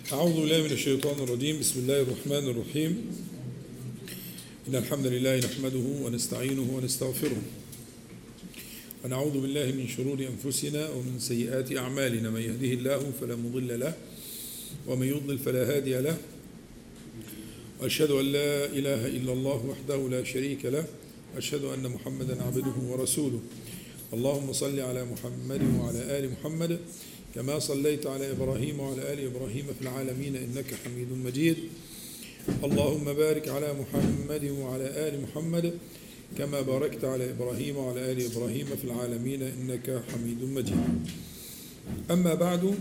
أعوذ بالله من الشيطان الرجيم. بسم الله الرحمن الرحيم. إن الحمد لله نحمده ونستعينه ونستغفره ونعوذ بالله من شرور أنفسنا ومن سيئات أعمالنا. من يهده الله فلا مضل له ومن يضلل فلا هادي له. وأشهد أن لا إله إلا الله وحده لا شريك له وأشهد أن محمدا عبده ورسوله. اللهم صل على محمد وعلى آل محمد كما صليت على إبراهيم وعلى آل إبراهيم في العالمين إنك حميد مجيد. اللهم بارك على محمد وعلى آل محمد كما باركت على إبراهيم وعلى آل إبراهيم في العالمين إنك حميد مجيد. أما بعد،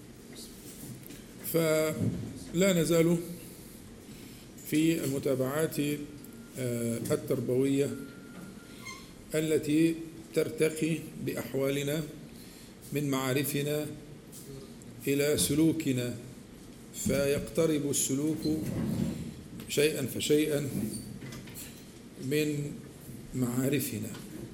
فلا نزال في المتابعات التربوية التي ترتقي بأحوالنا من معارفنا إلى سلوكنا، فيقترب السلوك شيئا فشيئا من معارفنا،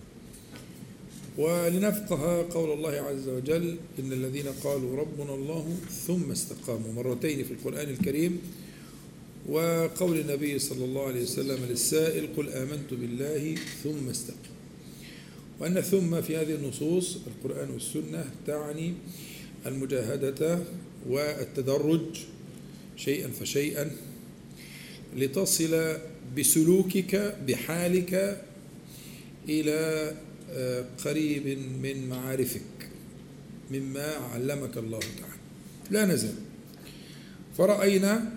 ولنفقه قول الله عز وجل: إن الذين قالوا ربنا الله ثم استقاموا، مرتين في القرآن الكريم، وقول النبي صلى الله عليه وسلم للسائل: قل آمنت بالله ثم استقم. وأن ثم في هذه النصوص القرآن والسنة تعني المجاهدة والتدرج شيئا فشيئا لتصل بسلوكك بحالك إلى قريب من معارفك مما علمك الله تعالى. لا نزال، فرأينا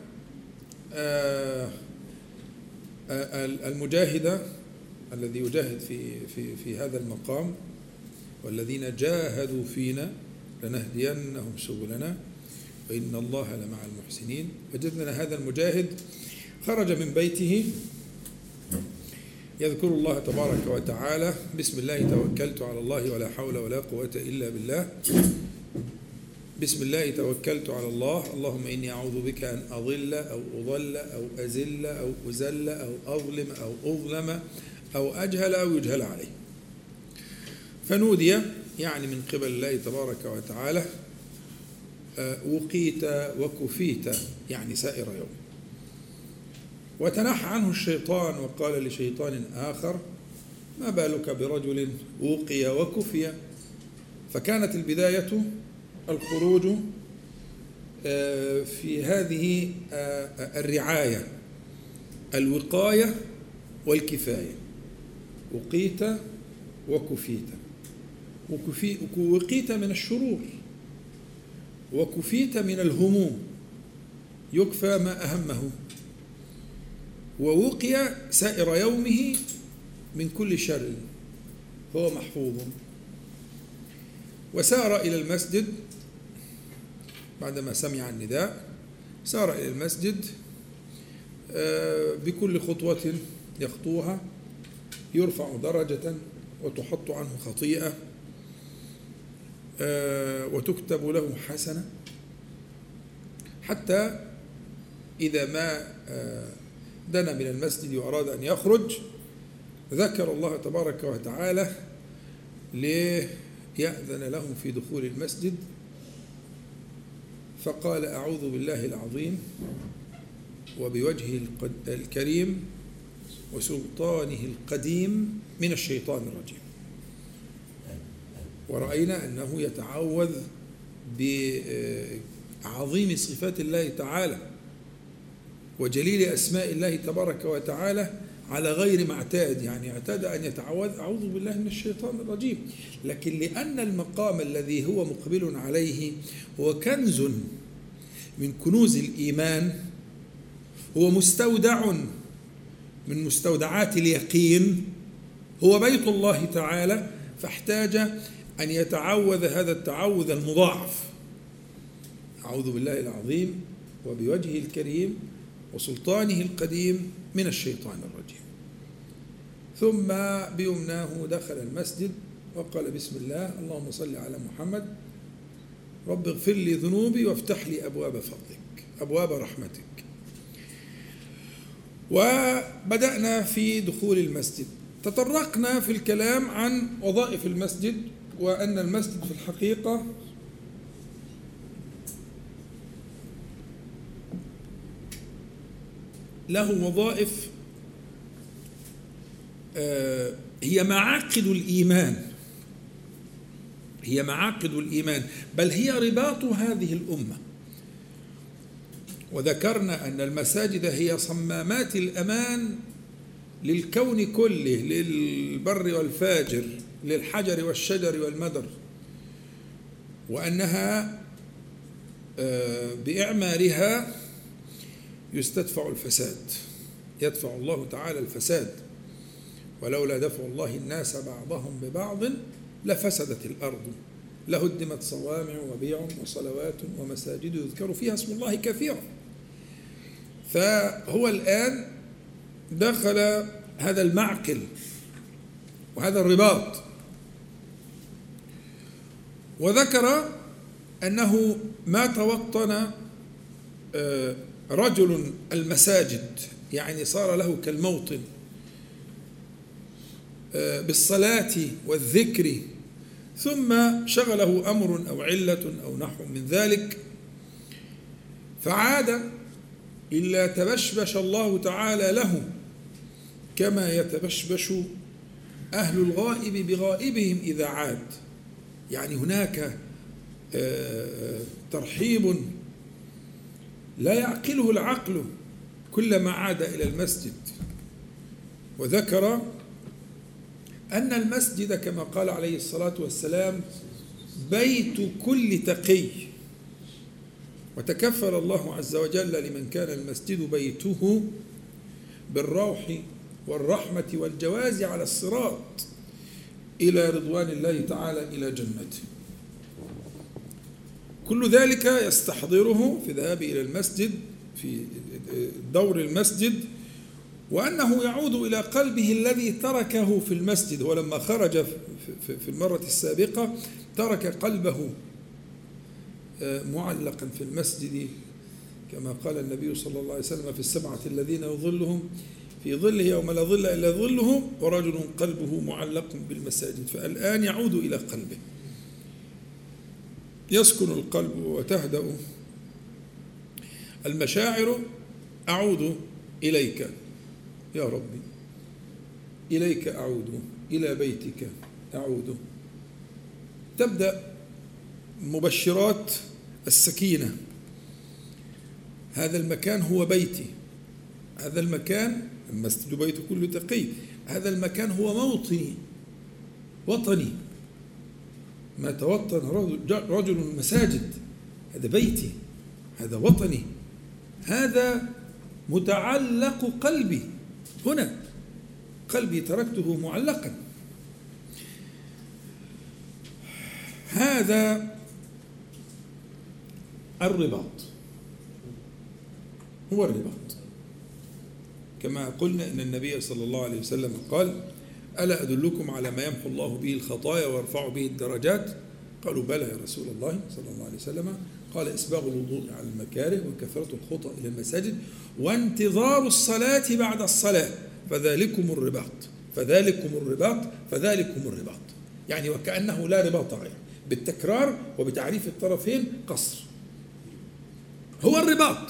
المجاهد الذي يجاهد في هذا المقام: والذين جاهدوا فينا لنهدينهم سبلنا وإن الله لمع المحسنين. وجدنا هذا المجاهد خرج من بيته يذكر الله تبارك وتعالى: بسم الله توكلت على الله ولا حول ولا قوة إلا بالله. بسم الله توكلت على الله، اللهم إني أعوذ بك أن أضل أو أضل أو أزل أو أزل أو أظلم أو أظلم أو أجهل أو يجهل عليه. فنودي يعني من قبل الله تبارك وتعالى: وقيت وكفيت، يعني سائر يوم. وتنحى عنه الشيطان وقال لشيطان آخر: ما بالك برجل وقي وكفي. فكانت البداية الخروج في هذه الرعاية، الوقاية والكفاية. وقيت وكفيت، وقيت من الشرور وكفيت من الهموم، يكفى ما أهمه، ووقي سائر يومه من كل شر، هو محفوظ. وسار إلى المسجد بعدما سمع النداء، سار إلى المسجد بكل خطوة يخطوها يرفع درجة وتحط عنه خطيئة وتكتب له حسنة، حتى إذا ما دنا من المسجد وأراد أن يخرج ذكر الله تبارك وتعالى ليأذن له في دخول المسجد، فقال: أعوذ بالله العظيم وبوجهه الكريم وسلطانه القديم من الشيطان الرجيم. ورأينا أنه يتعوذ بعظيم صفات الله تعالى وجليل أسماء الله تبارك وتعالى على غير معتاد، يعني اعتاد أن يتعوذ: أعوذ بالله من الشيطان الرجيم. لكن لأن المقام الذي هو مقبل عليه هو كنز من كنوز الإيمان، هو مستودع من مستودعات اليقين، هو بيت الله تعالى، فاحتاج أن يتعوذ هذا التعوذ المضاعف: أعوذ بالله العظيم وبوجهه الكريم وسلطانه القديم من الشيطان الرجيم. ثم بيمناه دخل المسجد وقال: بسم الله، اللهم صل على محمد، رب اغفر لي ذنوبي وافتح لي أبواب فضلك، أبواب رحمتك. وبدأنا في دخول المسجد، تطرقنا في الكلام عن وظائف المسجد، وأن المسجد في الحقيقة له وظائف هي معاقد الإيمان، هي معاقد الإيمان، بل هي رباط هذه الأمة. وذكرنا أن المساجد هي صمامات الأمان للكون كله، للبر والفاجر، للحجر والشجر والمدر، وأنها بإعمارها يستدفع الفساد، يدفع الله تعالى الفساد، ولولا دفع الله الناس بعضهم ببعض لفسدت الأرض لهدمت صوامع وبيع وصلوات ومساجد يذكر فيها اسم الله كثيرا. فهو الآن دخل هذا المعقل وهذا الرباط، وذكر أنه ما توطن رجل المساجد، يعني صار له كالموطن بالصلاة والذكر، ثم شغله أمر أو علة أو نحو من ذلك، فعاد إلا تبشبش الله تعالى له كما يتبشبش أهل الغائب بغائبهم إذا عاد. يعني هناك ترحيب لا يعقله العقل كلما عاد إلى المسجد. وذكر أن المسجد كما قال عليه الصلاة والسلام بيت كل تقي، وتكفل الله عز وجل لمن كان المسجد بيته بالروح والرحمة والجواز على الصراط إلى رضوان الله تعالى إلى جنته. كل ذلك يستحضره في الذهاب إلى المسجد، في دور المسجد، وأنه يعود إلى قلبه الذي تركه في المسجد. ولما خرج في المرة السابقة ترك قلبه معلقا في المسجد، كما قال النبي صلى الله عليه وسلم في السبعة الذين يظلهم في ظله يوم لا ظل إلا ظله ورجل قلبه معلق بالمساجد. فالآن يعود إلى قلبه، يسكن القلب وتهدأ المشاعر. أعود إليك يا ربي، إليك أعود، إلى بيتك أعود. تبدأ مبشرات السكينة. هذا المكان هو بيتي، هذا المكان المسجد بيت كل تقي، هذا المكان هو موطني، وطني، ما توطن رجل المساجد، هذا بيتي، هذا وطني، هذا متعلق قلبي، هنا قلبي تركته معلقا. هذا الرباط، هو الرباط. كما قلنا إن النبي صلى الله عليه وسلم قال: ألا أدلكم على ما يمحو الله به الخطايا ويرفع به الدرجات؟ قالوا: بلى يا رسول الله صلى الله عليه وسلم. قال: إسباغ الوضوء على المكاره وكثرة الخطى إلى المساجد وانتظار الصلاة بعد الصلاة، فذلكم الرباط، فذلكم الرباط، فذلكم الرباط. يعني وكأنه لا رباط غيره، بالتكرار وبتعريف الطرفين قصر. هو الرباط،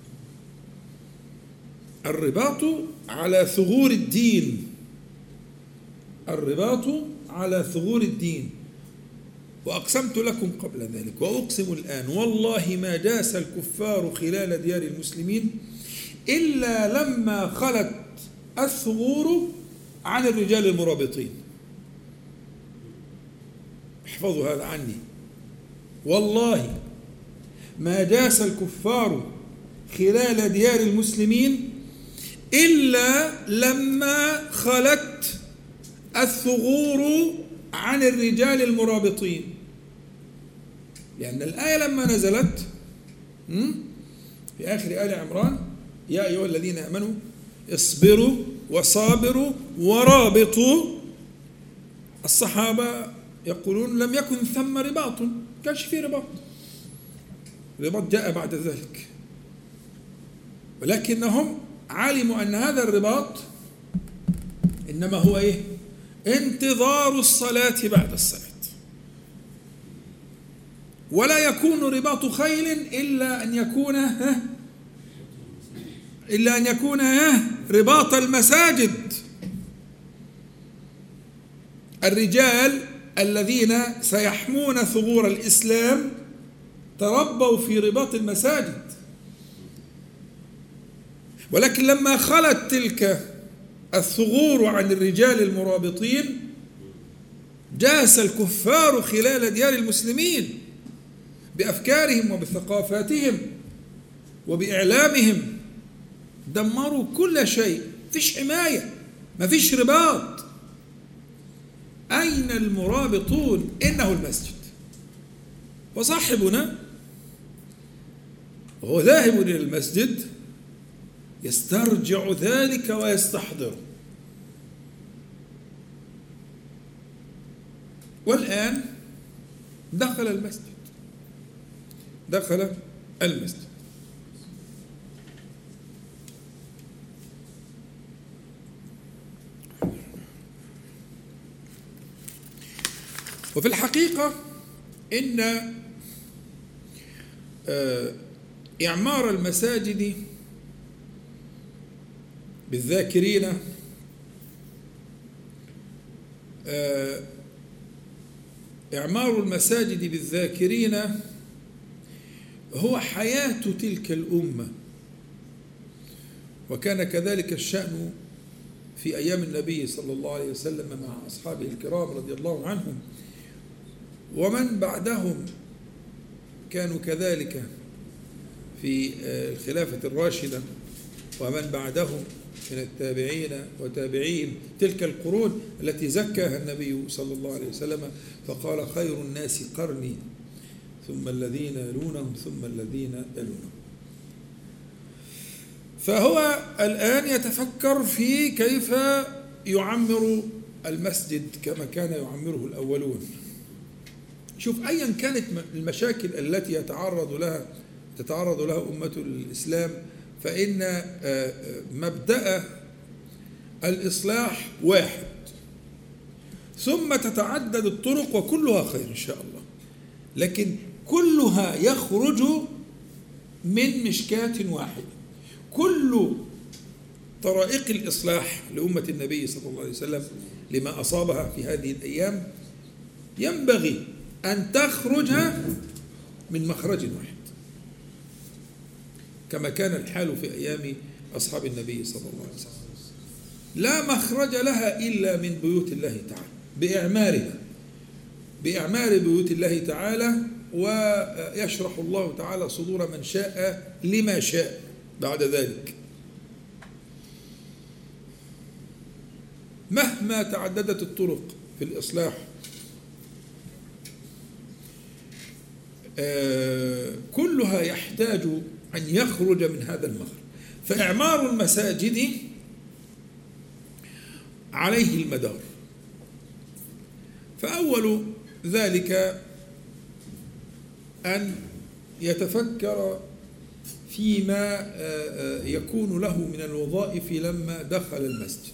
الرباط على ثغور الدين، الرباط على ثغور الدين. وأقسمت لكم قبل ذلك وأقسم الآن والله ما جاس الكفار خلال ديار المسلمين إلا لما خلت الثغور عن الرجال المرابطين. احفظوا هذا عني، والله ما جاس الكفار خلال ديار المسلمين إلا لما خلت الثغور عن الرجال المرابطين. لأن الآية لما نزلت في آخر آل عمران: يا أيها الذين آمنوا اصبروا وصابروا ورابطوا. الصحابة يقولون: لم يكن ثم رباط، كانش فيه رباط، الرباط جاء بعد ذلك، ولكنهم علموا أن هذا الرباط إنما هو إيه؟ انتظار الصلاة بعد الصلاة. ولا يكون رباط خيل إلا أن يكون إلا أن يكون رباط المساجد. الرجال الذين سيحمون ثغور الإسلام تربوا في رباط المساجد، ولكن لما خلت تلك الثغور عن الرجال المرابطين جاس الكفار خلال ديار المسلمين بأفكارهم وبثقافاتهم وبإعلامهم، دمروا كل شيء، فيش حماية، ما فيش رباط. أين المرابطون؟ إنه المسجد. وصاحبنا وهو ذاهب إلى المسجد يسترجع ذلك ويستحضره. والآن دخل المسجد. وفي الحقيقة إن إعمار المساجد بالذاكرين إعمار المساجد بالذاكرين هو حياة تلك الأمة، وكان كذلك الشأن في أيام النبي صلى الله عليه وسلم مع أصحابه الكرام رضي الله عنهم، ومن بعدهم كانوا كذلك في الخلافة الراشدة، ومن بعدهم من التابعين وتابعين تلك القرون التي زكاها النبي صلى الله عليه وسلم فقال: خير الناس قرني ثم الذين يلونهم ثم الذين يلونهم. فهو الآن يتفكر في كيف يعمر المسجد كما كان يعمره الأولون. شوف، أيا كانت المشاكل التي تتعرض لها أمة الإسلام، فإن مبدأ الإصلاح واحد، ثم تتعدد الطرق وكلها خير إن شاء الله، لكن كلها يخرج من مشكاة واحدة. كل طرائق الإصلاح لأمة النبي صلى الله عليه وسلم لما أصابها في هذه الأيام ينبغي أن تخرج من مخرج واحد، كما كان الحال في أيام أصحاب النبي صلى الله عليه وسلم. لا مخرج لها إلا من بيوت الله تعالى، بإعمار بيوت الله تعالى، ويشرح الله تعالى صدور من شاء لما شاء بعد ذلك. مهما تعددت الطرق في الإصلاح كلها يحتاج أن يخرج من هذا المخرج. فإعمار المساجد عليه المدار. فأول ذلك أن يتفكر فيما يكون له من الوظائف لما دخل المسجد.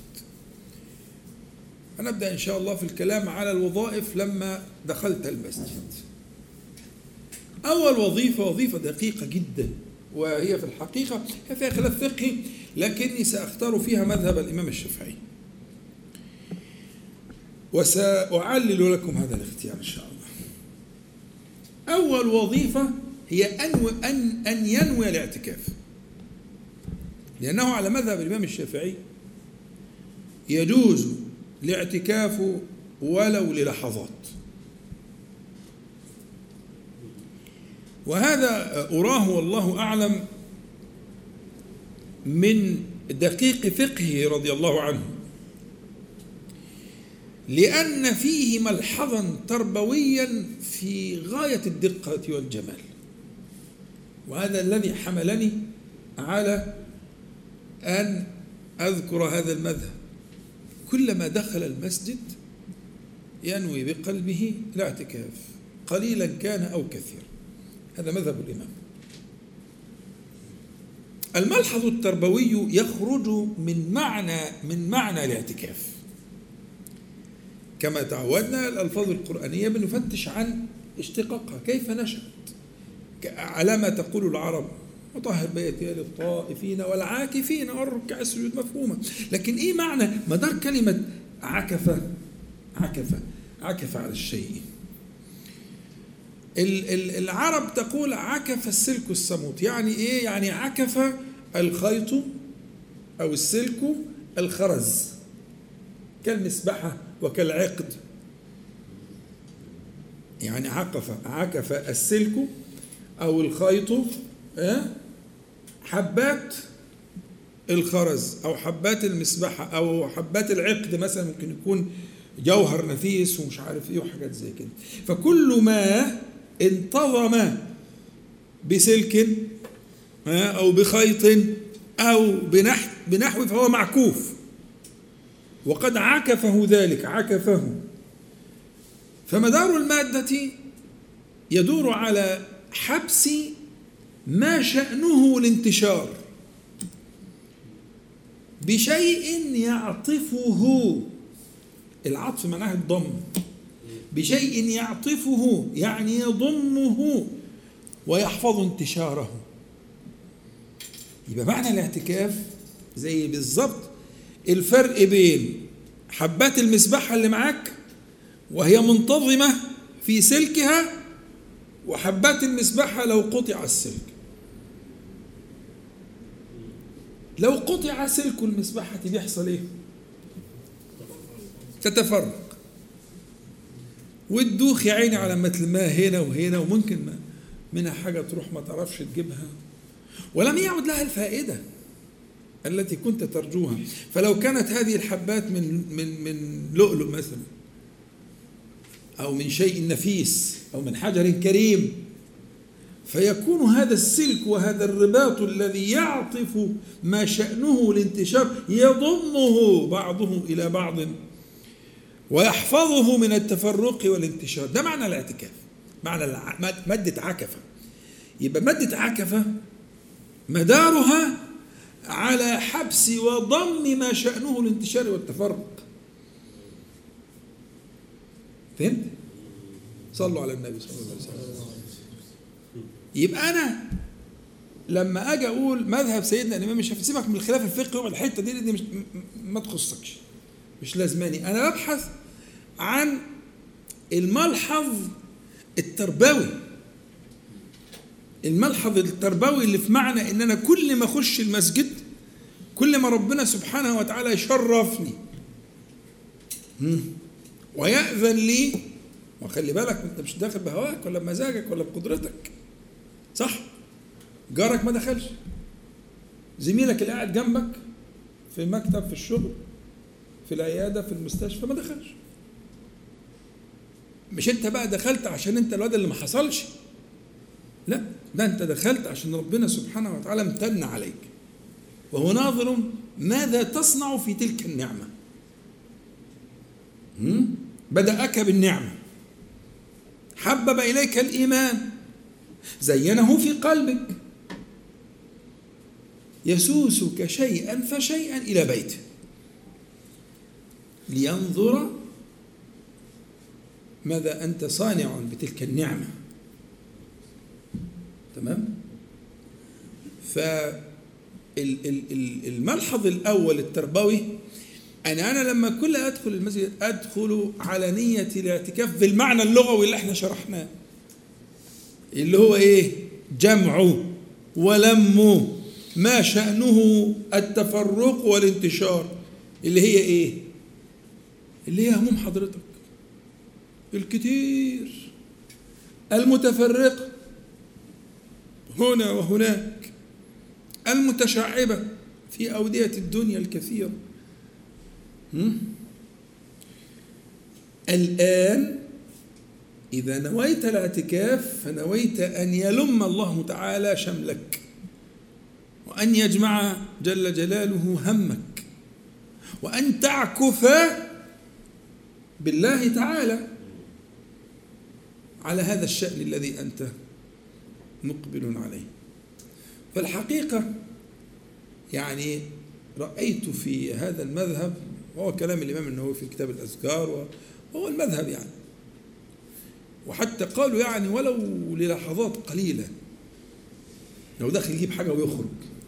هنبدأ إن شاء الله في الكلام على الوظائف لما دخلت المسجد. أول وظيفة دقيقة جدا، وهي في الحقيقة فيها خلاف فقهي، لكني سأختار فيها مذهب الإمام الشافعي، وسأعلل لكم هذا الاختيار إن شاء الله. أول وظيفة هي أن ينوي الاعتكاف، لأنه على مذهب الإمام الشافعي يجوز الاعتكاف ولو للحظات، وهذا أراه والله أعلم من دقيق فقهه رضي الله عنه، لأن فيه ملحظا تربويا في غاية الدقة والجمال، وهذا الذي حملني على أن أذكر هذا المذهب. كلما دخل المسجد ينوي بقلبه الاعتكاف، قليلا كان أو كثيرا. هذا مذهب الإمام. الملحظ التربوي يخرج من معنى الاعتكاف. كما تعودنا الألفاظ القرآنية بنفتش عن اشتقاقها، كيف نشأت، على ما تقول العرب وطهر بيتي للطائفين والعاكفين والركع السجود مفهومة. لكن إيه معنى مدار كلمة عكف؟ عكف على الشيء. العرب تقول عكف السلك الصموت، يعني إيه؟ يعني عكف الخيط أو السلك الخرز كالمسبحة وكالعقد. يعني عكف السلك أو الخيط حبات الخرز أو حبات المسبحة أو حبات العقد مثلا، ممكن يكون جوهر نفيس ومش عارف إيه وحاجات زي كده. فكل ما انتظم بسلك أو بخيط أو بنحو فهو معكوف، وقد عكفه ذلك، عكفه. فمدار المادة يدور على حبس ما شأنه الانتشار بشيء يعطفه. العطف معناه الضم، بشيء يعطفه يعني يضمه ويحفظ انتشاره. يبقى معنى الاعتكاف زي بالضبط الفرق بين حبات المسبحة اللي معاك وهي منتظمة في سلكها وحبات المسبحة لو قطع السلك. لو قطع سلك المسبحة بيحصل ايه؟ تتفرق وتدوخ يا عيني على مثل ما هنا وهنا، وممكن منها حاجة تروح ما تعرفش تجيبها ولم يعد لها الفائدة التي كنت ترجوها. فلو كانت هذه الحبات من لؤلؤ مثلا أو من شيء نفيس أو من حجر كريم، فيكون هذا السلك وهذا الرباط الذي يعطف ما شأنه الانتشار يضمه بعضه إلى بعض ويحفظه من التفرق والانتشار. ده معنى الاعتكاف، معنى مادة عكفة. يبقى مادة عكفة مدارها على حبس وضم ما شأنه الانتشار والتفرق. فهمت؟ صلوا على النبي صلى الله عليه وسلم. يبقى أنا لما أجي أقول مذهب سيدنا الإمام الشافعي، سيبك من الخلاف الفقهي والحتة دي مش ما تخصكش، مش لازماني. أنا ببحث عن الملحظ التربوي، الملحظ التربوي اللي في معنى إن أنا كل ما أخش المسجد، كل ما ربنا سبحانه وتعالى يشرفني ويأذن لي، وخلي بالك أنت مش داخل بهواك ولا بمزاجك ولا بقدرتك، صح؟ جارك ما دخلش، زميلك اللي قاعد جنبك في المكتب في الشغل في العيادة في المستشفى ما دخلش، مش انت بقى دخلت عشان انت الواد اللي ما حصلش، لا، ده انت دخلت عشان ربنا سبحانه وتعالى امتن عليك وهو ناظر ماذا تصنع في تلك النعمة. بدأك بالنعمة، حبب إليك الإيمان، زينه في قلبك، يسوسك شيئا فشيئا إلى بيته لينظر ماذا أنت صانع بتلك النعمة. تمام؟ فالملحظ الأول التربوي أنا لما كل أدخل المسجد أدخل على نية الاعتكاف بالمعنى اللغوي اللي احنا شرحناه، اللي هو إيه؟ جمع ولم ما شأنه التفرق والانتشار، اللي هي إيه؟ اللي هي هموم حضرتك الكتير المتفرقة هنا وهناك، المتشعبة في أودية الدنيا الكثيرة. الآن إذا نويت الاعتكاف فنويت أن يلم الله تعالى شملك وأن يجمع جل جلاله همك وأن تعكف بالله تعالى على هذا الشأن الذي أنت مقبل عليه. فالحقيقة يعني رأيت في هذا المذهب، وهو كلام الإمام النووي في كتاب الأذكار وهو المذهب يعني، وحتى قالوا يعني ولو للحظات قليلة لو داخل يجيب حاجة ويخرج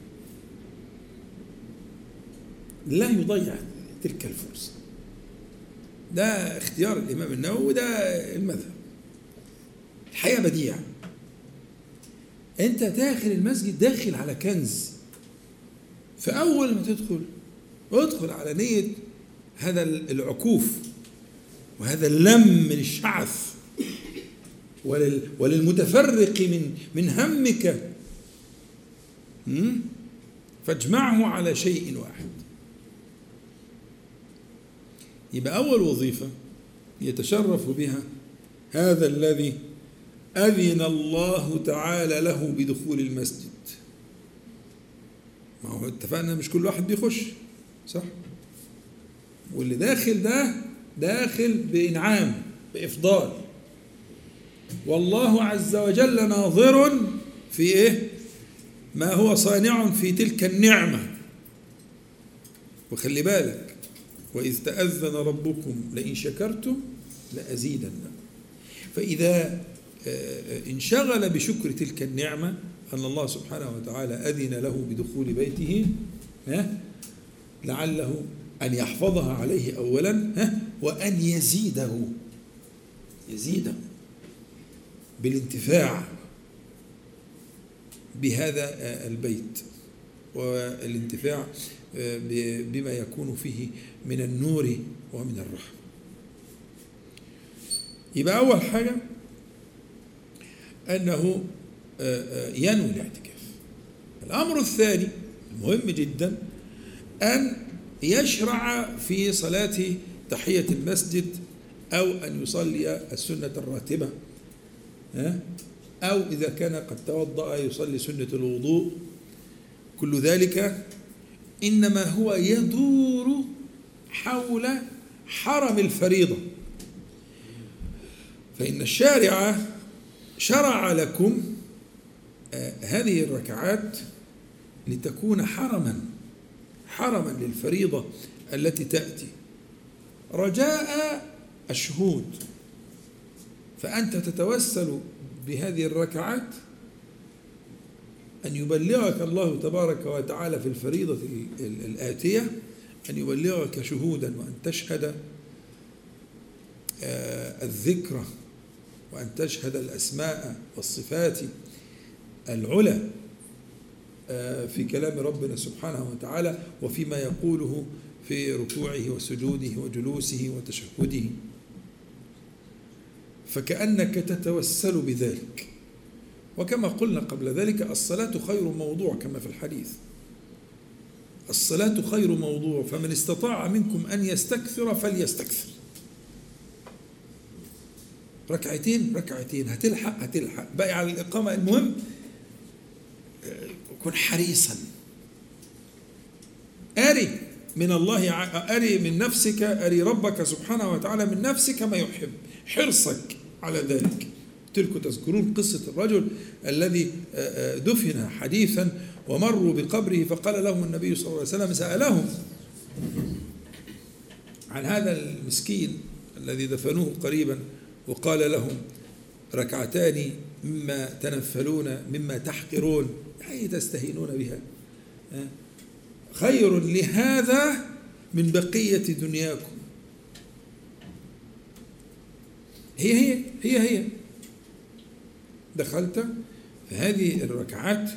لا يضيع تلك الفرصة. ده اختيار الإمام النووي وده المذهب. الحقيقة بديع، أنت داخل المسجد داخل على كنز، فأول ما تدخل ادخل على نية هذا العكوف وهذا اللم للشعث وللمتفرق من همك، فاجمعه على شيء واحد. يبقى أول وظيفة يتشرف بها هذا الذي أذن الله تعالى له بدخول المسجد. ما هو اتفقنا مش كل واحد بيخش، صح؟ واللي داخل ده داخل بإنعام بإفضال، والله عز وجل ناظر في إيه؟ ما هو صانع في تلك النعمة. وخلي بالك، وإذ تأذن ربكم لئن شكرتم لأزيدنكم. فإذا انشغل بشكر تلك النعمة أن الله سبحانه وتعالى أذن له بدخول بيته، لعله أن يحفظها عليه أولا، وأن يزيده بالانتفاع بهذا البيت والانتفاع بما يكون فيه من النور ومن الرحمة. يبقى أول حاجة أنه ينوي الاعتكاف. الأمر الثاني المهم جدا أن يشرع في صلاة تحية المسجد، أو أن يصلي السنة الراتبة، أو إذا كان قد توضأ يصلي سنة الوضوء. كل ذلك إنما هو يدور حول حرم الفريضة، فإن الشارع شرع لكم هذه الركعات لتكون حرما للفريضة التي تأتي رجاء الشهود. فأنت تتوسل بهذه الركعات أن يبلغك الله تبارك وتعالى في الفريضة الآتية، أن يبلغك شهودا، وأن تشهد الذكر، وأن تشهد الأسماء والصفات العلى في كلام ربنا سبحانه وتعالى، وفيما يقوله في ركوعه وسجوده وجلوسه وتشهده. فكأنك تتوسل بذلك. وكما قلنا قبل ذلك الصلاة خير موضوع كما في الحديث، الصلاة خير موضوع، فمن استطاع منكم أن يستكثر فليستكثر. ركعتين هتلحق باقي على الإقامة. المهم كن حريصا، أري من الله، أري من نفسك، أري ربك سبحانه وتعالى من نفسك ما يحب، حرصك على ذلك. تلك تذكرون قصة الرجل الذي دفن حديثا ومروا بقبره، فقال لهم النبي صلى الله عليه وسلم، سألهم عن هذا المسكين الذي دفنوه قريبا، وقال لهم ركعتان مما تنفلون مما تحقرون، أي تستهينون بها، خير لهذا من بقية دنياكم. هي دخلت فهذه الركعات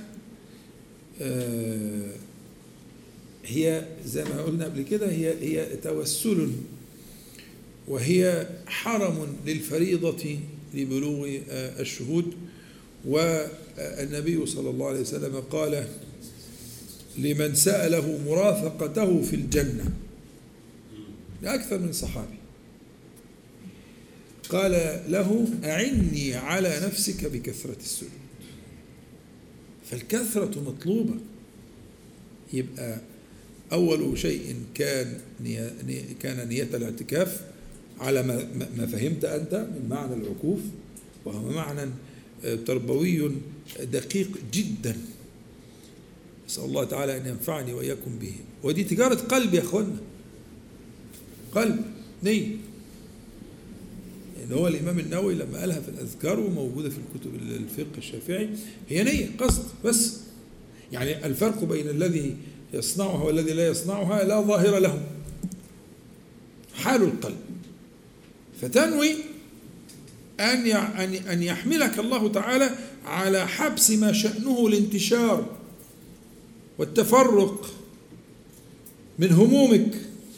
هي زي ما قلنا قبل كده هي توسل، وهي حرم للفريضة لبلوغ الشهود. والنبي صلى الله عليه وسلم قال لمن سأله مرافقته في الجنة لأكثر من صحابي، قال له أعني على نفسك بكثرة السجود. فالكثرة مطلوبة. يبقى أول شيء كان نية الاعتكاف على ما فهمت أنت من معنى العكوف، وهو معنى تربوي دقيق جدا، أسأل الله تعالى أن ينفعني وإياكم به. ودي تجارة قلب يا أخوانا، قلب نية. يعني هو الإمام النووي لما قالها في الأذكار وموجودة في الكتب الفقه الشافعي، هي نية قصد بس. يعني الفرق بين الذي يصنعها والذي لا يصنعها لا ظاهر له، حال القلب. فتنوي أن يحملك الله تعالى على حبس ما شأنه الانتشار والتفرق من همومك،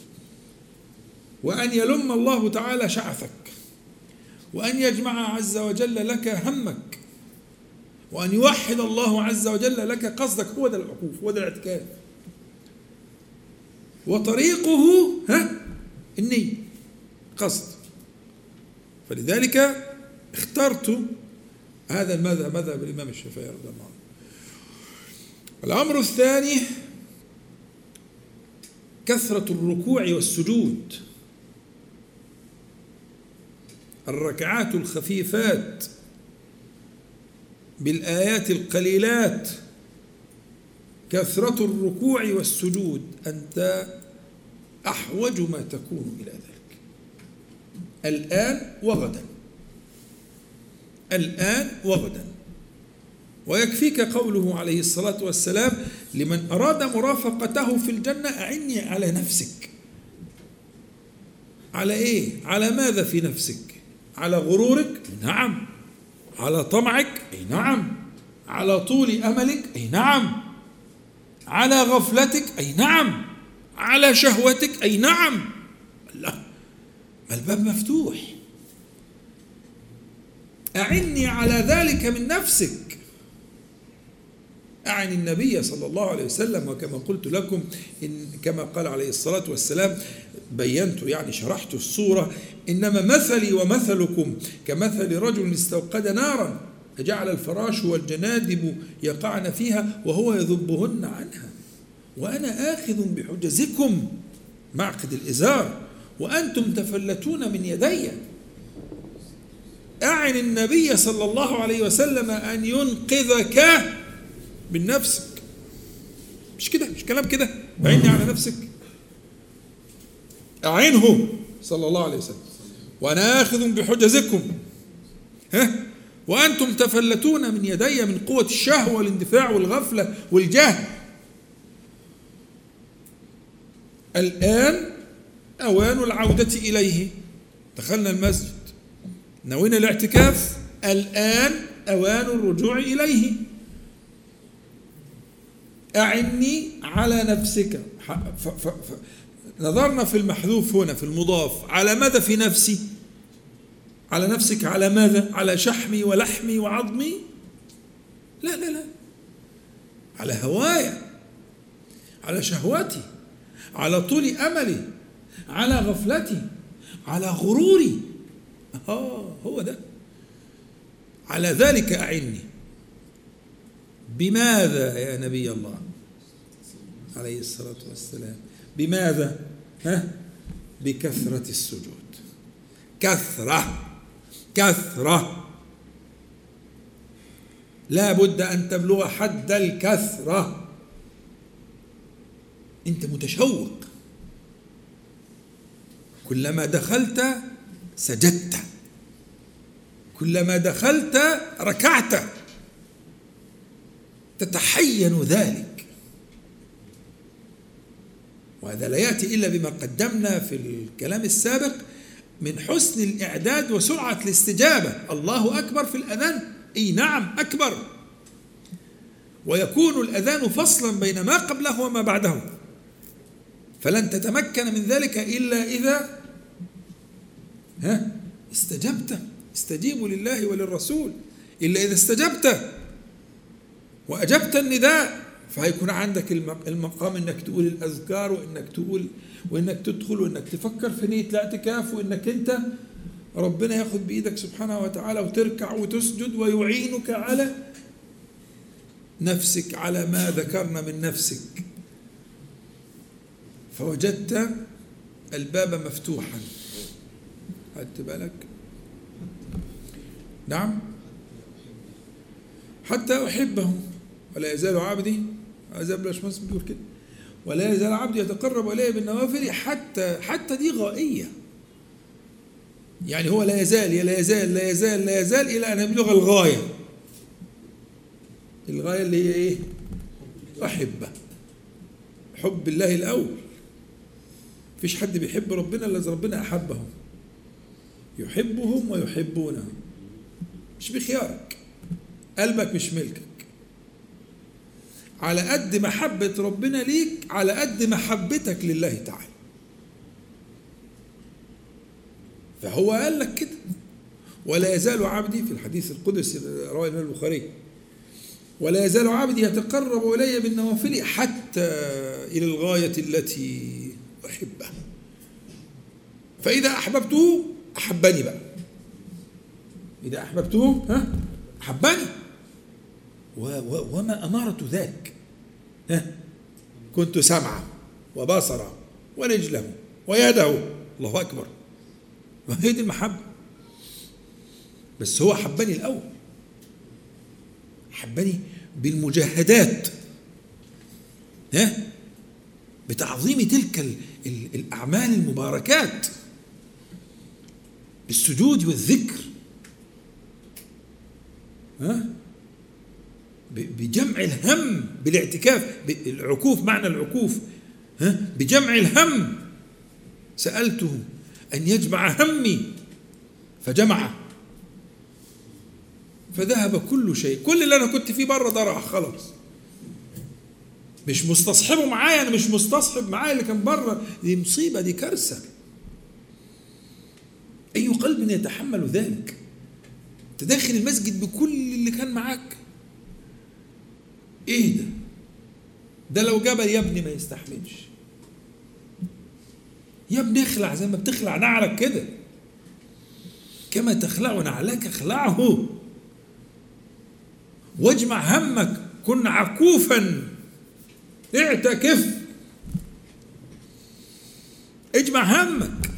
وأن يلم الله تعالى شعثك، وأن يجمع عز وجل لك همك، وأن يوحد الله عز وجل لك قصدك. هو ده العكوف، هو ده الاعتكاف. وطريقه النية، قصد. فلذلك اخترت هذا المذهب، مذهب الإمام الشافعي رضي الله عنه. الأمر الثاني كثرة الركوع والسجود، الركعات الخفيفات بالآيات القليلات، كثرة الركوع والسجود. أنت أحوج ما تكون إلى ذلك الآن وغدا، الآن وغدا. ويكفيك قوله عليه الصلاة والسلام لمن أراد مرافقته في الجنة: أعني على نفسك. على إيه؟ على ماذا في نفسك؟ على غرورك؟ نعم. على طمعك؟ أي نعم. على طول أملك؟ أي نعم. على غفلتك؟ أي نعم. على شهوتك؟ أي نعم. لا، الباب مفتوح. أعني على ذلك من نفسك. أعني النبي صلى الله عليه وسلم، وكما قلت لكم إن كما قال عليه الصلاة والسلام، بينت يعني شرحت الصورة: إنما مثلي ومثلكم كمثل رجل استوقد نارا فجعل الفراش والجنادب يقعن فيها وهو يذبهن عنها، وأنا آخذ بحجزكم معقد الإزار وأنتم تفلتون من يدي. أعني النبي صلى الله عليه وسلم أن ينقذك من نفسك. مش كده، مش كلام كده، أعني على نفسك. أعنه صلى الله عليه وسلم: وأنا آخذ بحجزكم وأنتم تفلتون من يدي، من قوة الشهوة والاندفاع والغفلة والجهل. الآن أوان العودة إليه. دخلنا المسجد، نوينا الاعتكاف، الآن أوان الرجوع إليه. أعني على نفسك. نظرنا في المحذوف هنا في المضاف: على ماذا في نفسي؟ على نفسك على ماذا؟ على شحمي ولحمي وعظمي؟ لا لا لا، على هوايا، على شهوتي، على طول أملي، على غفلتي، على غروري. هو ده. على ذلك أعني. بماذا يا نبي الله عليه الصلاة والسلام؟ بماذا؟ بكثرة السجود. كثرة لا بد أن تبلغ حد الكثرة. أنت متشوق، كلما دخلت سجدت، كلما دخلت ركعت، تتحين ذلك. وهذا لا يأتي إلا بما قدمنا في الكلام السابق من حسن الإعداد وسرعة الاستجابة. الله أكبر في الأذان، أي نعم أكبر. ويكون الأذان فصلا بين ما قبله وما بعده، فلن تتمكن من ذلك إلا إذا استجبت. استجيبوا لله وللرسول. إلا إذا استجبت وأجبت النداء، فهيكون عندك المقام إنك تقول الأذكار، وإنك تقول وإنك تدخل، وإنك تفكر في نية الاعتكاف، وإنك أنت ربنا ياخذ بإيدك سبحانه وتعالى وتركع وتسجد ويعينك على نفسك، على ما ذكرنا من نفسك. فوجدت الباب مفتوحا. خدت بالك؟ نعم. حتى أحبه ولا يزال عبدي، عايز بلاش مسلم بيقول كده: ولا يزال عبدي يتقرب إلي بالنوافل حتى دي غائية. يعني هو لا يزال لا يزال لا يزال لا يزال إلى أن يبلغ الغاية. الغاية اللي هي إيه؟ أحبه. حب الله الأول. مفيش حد بيحب ربنا إلا إذا ربنا أحبهم، يحبهم ويحبونه، مش بخيارك، قلبك مش ملكك. على قد محبة ربنا ليك على قد محبتك لله تعالى. فهو قال لك كده: ولا يزال عبدي، في الحديث القدسي رواه الإمام البخاري: ولا يزال عبدي يتقرب إلي بالنوافل حتى إلى الغاية التي أحبها، فإذا أحببته أحبني. بقى إذا أحببته أحبني. وما أمارة ذاك؟ كنت سمعه وبصره ورجله ويده. الله أكبر. وهي دي المحبة. بس هو حبني الأول، حبني بالمجاهدات، بتعظيم تلك الأعمال المباركات، بالسجود والذكر، بجمع الهم، بالاعتكاف، العكوف، معنى العكوف بجمع الهم. سألته أن يجمع همي فجمعه، فذهب كل شيء. كل اللي أنا كنت فيه بره ده راح خلاص، مش مستصحبه معايا، أنا مش مستصحب معايا اللي كان بره. دي مصيبة، دي كارثة. أي قلب يتحمل ذلك؟ تداخل المسجد بكل اللي كان معاك، ايه ده لو جبل يا ابني ما يستحملش. يا ابني اخلع زي ما بتخلع نعلك كده، كما تخلع نعلك اخلعه، واجمع همك، كن عكوفا، اعتكف، اجمع همك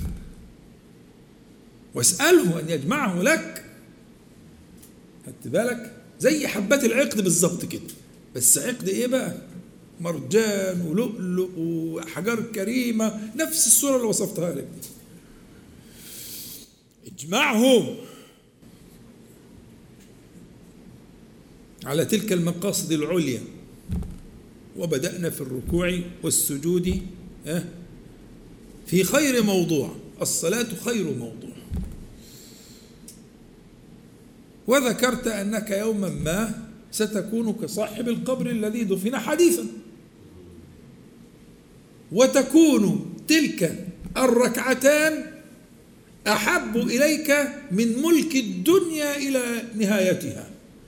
واسأله أن يجمعه لك. خدت بالك؟ زي حبات العقد بالظبط كده، بس عقد ايه بقى؟ مرجان ولؤلؤ وحجار كريمة، نفس الصورة اللي وصفتها لك دي. اجمعهم على تلك المقاصد العليا. وبدأنا في الركوع والسجود في خير موضوع، الصلاة خير موضوع. وذكرت أنك يوما ما ستكون كصاحب القبر الذي دفن حديثا، وتكون تلك الركعتان أحب إليك من ملك الدنيا إلى نهايتها.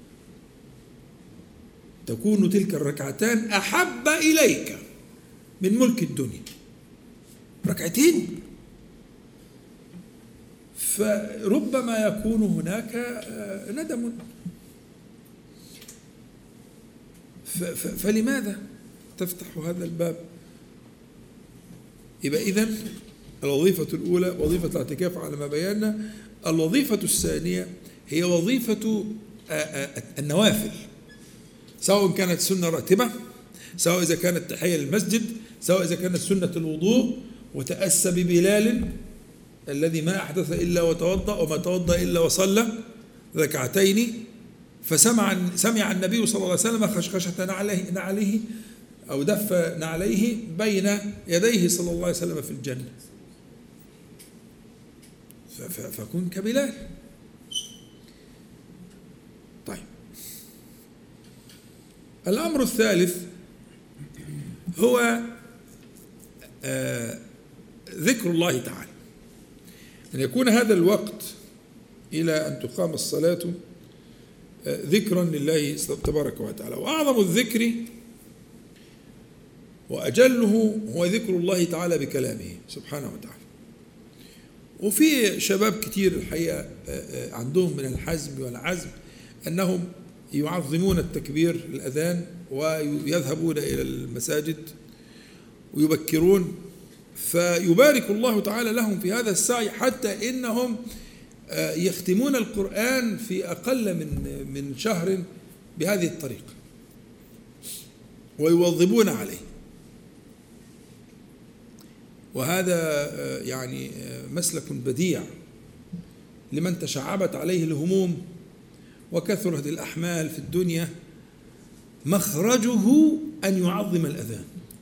تكون تلك الركعتان أحب إليك من ملك الدنيا. ركعتين، فربما يكون هناك ندم. فلماذا تفتح هذا الباب؟ يبقى إذن الوظيفة الأولى وظيفة الاعتكاف على ما بينا. الوظيفة الثانية هي وظيفة النوافل، سواء كانت سنة راتبة، سواء إذا كانت تحية للمسجد، سواء إذا كانت سنة الوضوء. وتأسى ببلال الذي ما أحدث إلا وتوضأ، وما توضأ إلا وصلى ركعتين، سمع النبي صلى الله عليه وسلم خشخشة نعله أو دف نعليه بين يديه صلى الله عليه وسلم في الجنة. فكن كبلال. طيب، الأمر الثالث هو ذكر الله تعالى، أن يكون هذا الوقت إلى أن تقام الصلاة ذكرا لله تبارك وتعالى. وأعظم الذكر وأجله هو ذكر الله تعالى بكلامه سبحانه وتعالى. وفي شباب كتير الحقيقة عندهم من الحزم والعزم أنهم يعظمون التكبير الأذان ويذهبون إلى المساجد ويبكرون، فيبارك الله تعالى لهم في هذا السعي، حتى إنهم يختمون القرآن في أقل من شهر بهذه الطريقة ويواظبون عليه. وهذا يعني مسلك بديع لمن تشعبت عليه الهموم وكثرت الأحمال في الدنيا، مخرجه أن يعظم الأذان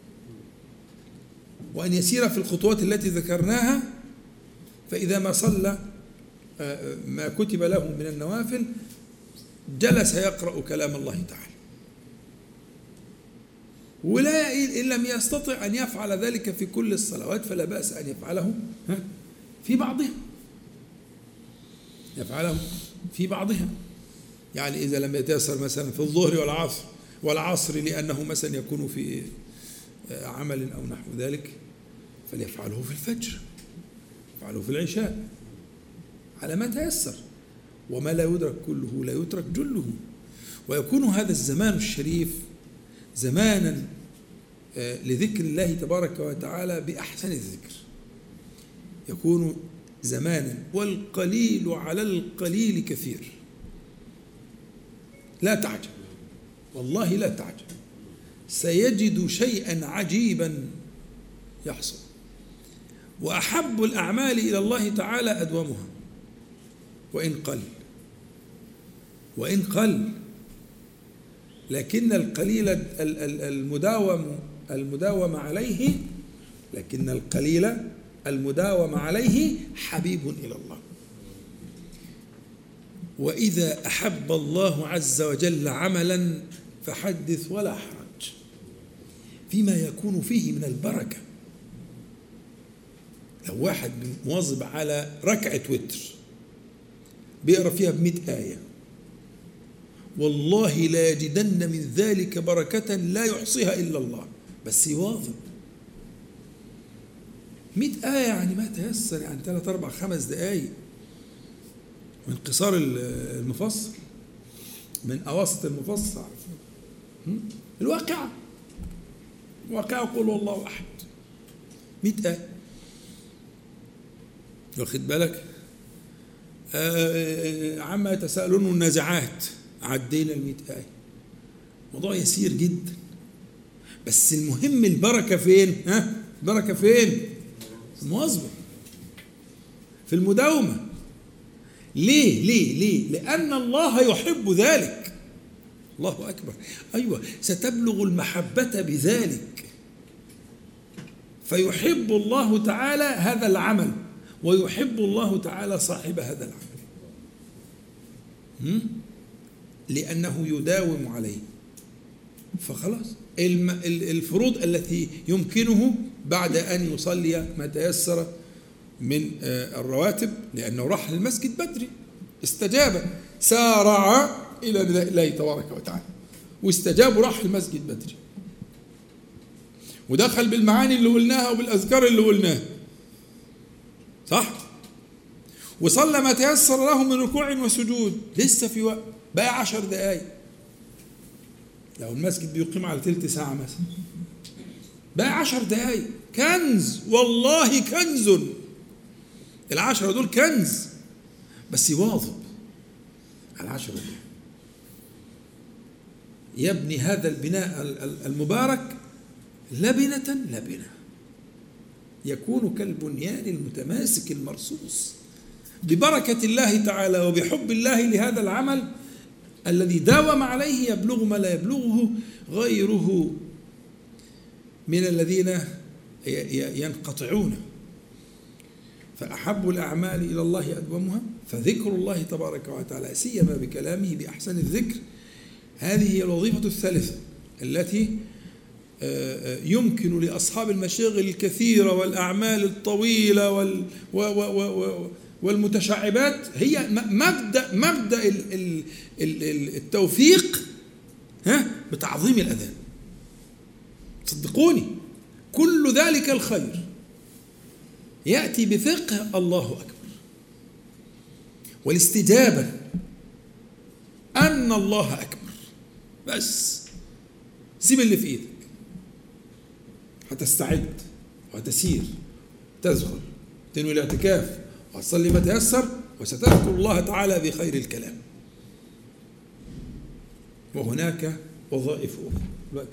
وأن يسير في الخطوات التي ذكرناها، فإذا ما صلى ما كتب له من النوافل جلس يقرأ كلام الله تعالى، ولا إن لم يستطع أن يفعل ذلك في كل الصلوات فلا بأس أن يفعله في بعضها، يفعله في بعضها. يعني إذا لم يتيسر مثلا في الظهر والعصر لأنه مثلا يكون في عمل أو نحو ذلك فليفعله في الفجر، يفعله في العشاء على ما تيسر، وما لا يدرك كله لا يترك جله. ويكون هذا الزمان الشريف زمانا لذكر الله تبارك وتعالى بأحسن الذكر، يكون زمانا والقليل على القليل كثير. لا تعجب والله لا تعجب، سيجد شيئا عجيبا يحصل. وأحب الأعمال إلى الله تعالى أدومها وإن قل، لكن القليل المداوم عليه، لكن القليل المداوم عليه حبيب إلى الله. وإذا أحب الله عز وجل عملا فحدث ولا حرج فيما يكون فيه من البركة. لو واحد مواظب على ركعة وتر بيقرأ فيها ب100 آية والله لا يجدن من ذلك بركة لا يحصيها إلا الله، بس يواظب. 100 آية يعني ما تيسر، يعني 3 4 5 دقايق من قصار المفصل، من أواسط المفصل. الواقعة قول الله أحد 100 آية، واخد بالك؟ عما يتساءلون النازعات عدينا 100 آية، موضوع يسير جدا. بس المهم البركة فين؟ البركة فين؟ المواظبة، في المداومة. ليه؟ لأن الله يحب ذلك. الله أكبر. أيوة، ستبلغ المحبة بذلك، فيحب الله تعالى هذا العمل ويحب الله تعالى صاحب هذا العمل لأنه يداوم عليه. فخلاص الفروض التي يمكنه بعد أن يصلي ما تيسر من الرواتب، لأنه راح للمسجد بدري، استجاب، سارع إلى نداء الله تبارك وتعالى واستجاب وراح المسجد بدري، ودخل بالمعاني اللي قلناها وبالأذكار اللي قلناها، صح؟ وصلى ما تيسر له من ركوع وسجود، لسه في وقت، بقى 10 دقايق. لو المسجد بيقيم على 3 ساعة مثلا، بقى 10 دقايق، كنز والله، كنز. 10 دول كنز، بس يواظب على 10 دول، يبني هذا البناء المبارك لبنة لبنة، يكون كالبنيان المتماسك المرصوص ببركة الله تعالى وبحب الله لهذا العمل الذي داوم عليه، يبلغ ما لا يبلغه غيره من الذين ينقطعون. فأحب الأعمال إلى الله أدومها، فذكر الله تبارك وتعالى سيما بكلامه بأحسن الذكر. هذه هي الوظيفة الثالثة التي يمكن لأصحاب المشاغل الكثيرة والأعمال الطويلة والمتشعبات، هي مبدأ التوفيق بتعظيم الأذان. صدقوني كل ذلك الخير يأتي بفقه الله أكبر، والاستجابة أن الله أكبر. بس سيب اللي في إيدك، هتستعد وهتسير، تزغل، تنوي الاعتكاف، وتصلي ما تيسر، وستذكر الله تعالى بخير الكلام. وهناك وظائف أخرى.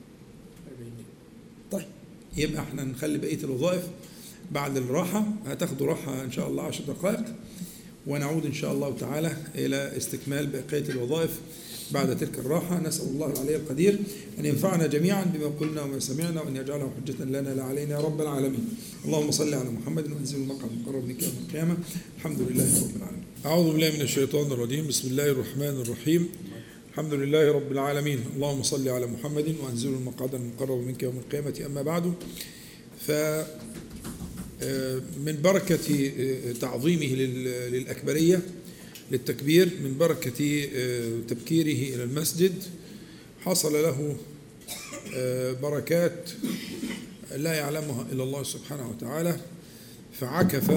طيب، يبقى احنا نخلي بقية الوظائف بعد الراحة. هتاخدوا راحة إن شاء الله 10 دقائق، ونعود إن شاء الله تعالى إلى استكمال بقية الوظائف بعد تلك الراحة نسأل الله العلي القدير أن ينفعنا جميعا بما قلنا وما سمعنا، وأن يجعله حجة لنا لا علينا يا رب العالمين. اللهم صل على محمد وأنزل المقعد المقرب منك يوم القيامة. الحمد لله رب العالمين. أعوذ بالله من الشيطان الرجيم. بسم الله الرحمن الرحيم. الحمد لله رب العالمين. اللهم صل على محمد وأنزل المقعد المقرب منك يوم القيامة. أما بعد، من بركة تعظيمه للأكبرية للتكبير، من بركة تبكيره إلى المسجد، حصل له بركات لا يعلمها إلا الله سبحانه وتعالى، فعكف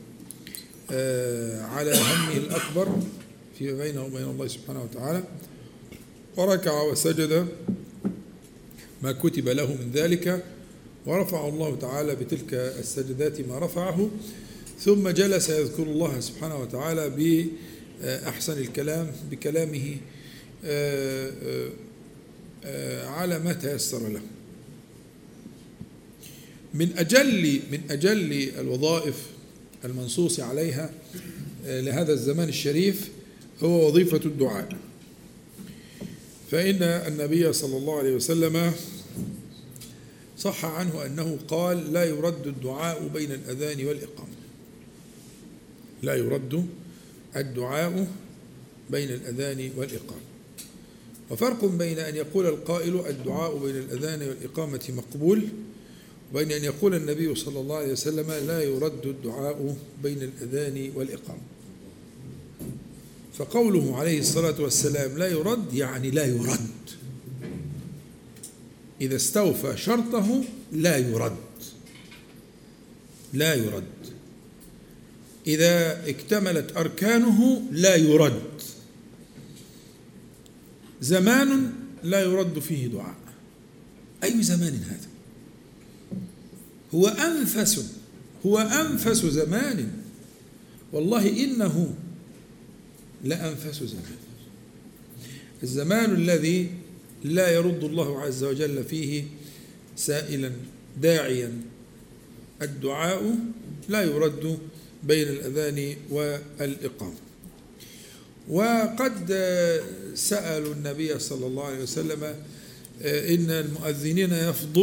على همه الأكبر فيما بينه وبين الله سبحانه وتعالى، وركع وسجد ما كتب له من ذلك، ورفع الله تعالى بتلك السجدات ما رفعه، ثم جلس يذكر الله سبحانه وتعالى بأحسن الكلام، بكلامه على ما تيسر له. من أجل الوظائف المنصوص عليها لهذا الزمان الشريف هو وظيفة الدعاء، فإن النبي صلى الله عليه وسلم صح عنه أنه قال: لا يرد الدعاء بين الأذان والإقامة. لا يرد الدعاء بين الأذان والإقامة. وفرق بين أن يقول القائل الدعاء بين الأذان والإقامة مقبول، وبين أن يقول النبي صلى الله عليه وسلم لا يرد الدعاء بين الأذان والإقامة. فقوله عليه الصلاة والسلام لا يرد يعني لا يرد، إذا استوفى شرطه لا يرد، لا يرد. إذا اكتملت أركانه لا يرد. زمان لا يرد فيه دعاء. أي زمان هذا؟ هو أنفس زمان، والله إنه لأنفس زمان. الزمان الذي لا يرد الله عز وجل فيه سائلا داعيا الدعاء لا يرد بين الأذان والإقامة. وقد سألوا النبي صلى الله عليه وسلم: إن المؤذنين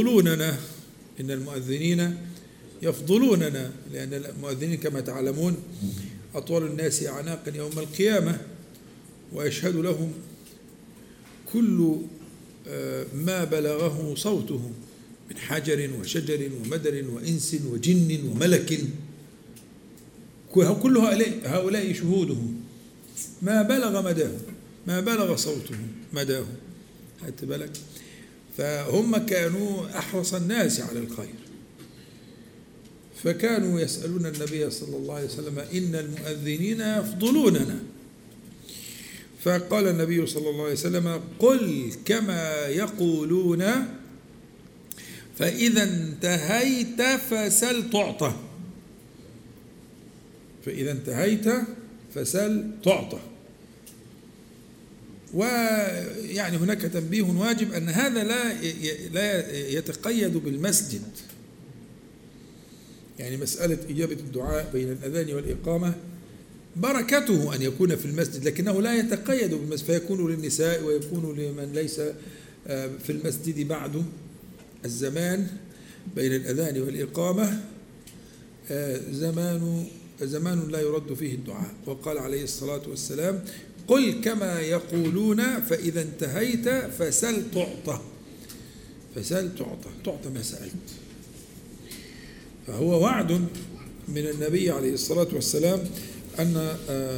يفضلوننا، لأن المؤذنين كما تعلمون أطول الناس أعناقا يوم القيامة، ويشهد لهم كل ما بلغه صوته من حجر وشجر ومدر وإنس وجن وملك، كل هؤلاء شهوده ما بلغ مداه، ما بلغ صوته مداه. خدت بالك؟ فهم كانوا أحرص الناس على الخير، فكانوا يسألون النبي صلى الله عليه وسلم: إن المؤذنين يفضلوننا. فقال النبي صلى الله عليه وسلم: قل كما يقولون، فإذا انتهيت فسل تعطى. فإذا انتهيت فسل تعطى. ويعني هناك تنبيه واجب أن هذا لا يتقيد بالمسجد، يعني مسألة إجابة الدعاء بين الأذان والإقامة بركته أن يكون في المسجد، لكنه لا يتقيد بالمسجد، فيكون للنساء ويكون لمن ليس في المسجد بعد. الزمان بين الأذان والإقامة زمان لا يرد فيه الدعاء. وقال عليه الصلاة والسلام: قل كما يقولون فإذا انتهيت فسل تعطى. فسل تعطى ما سألت. فهو وعد من النبي عليه الصلاة والسلام أن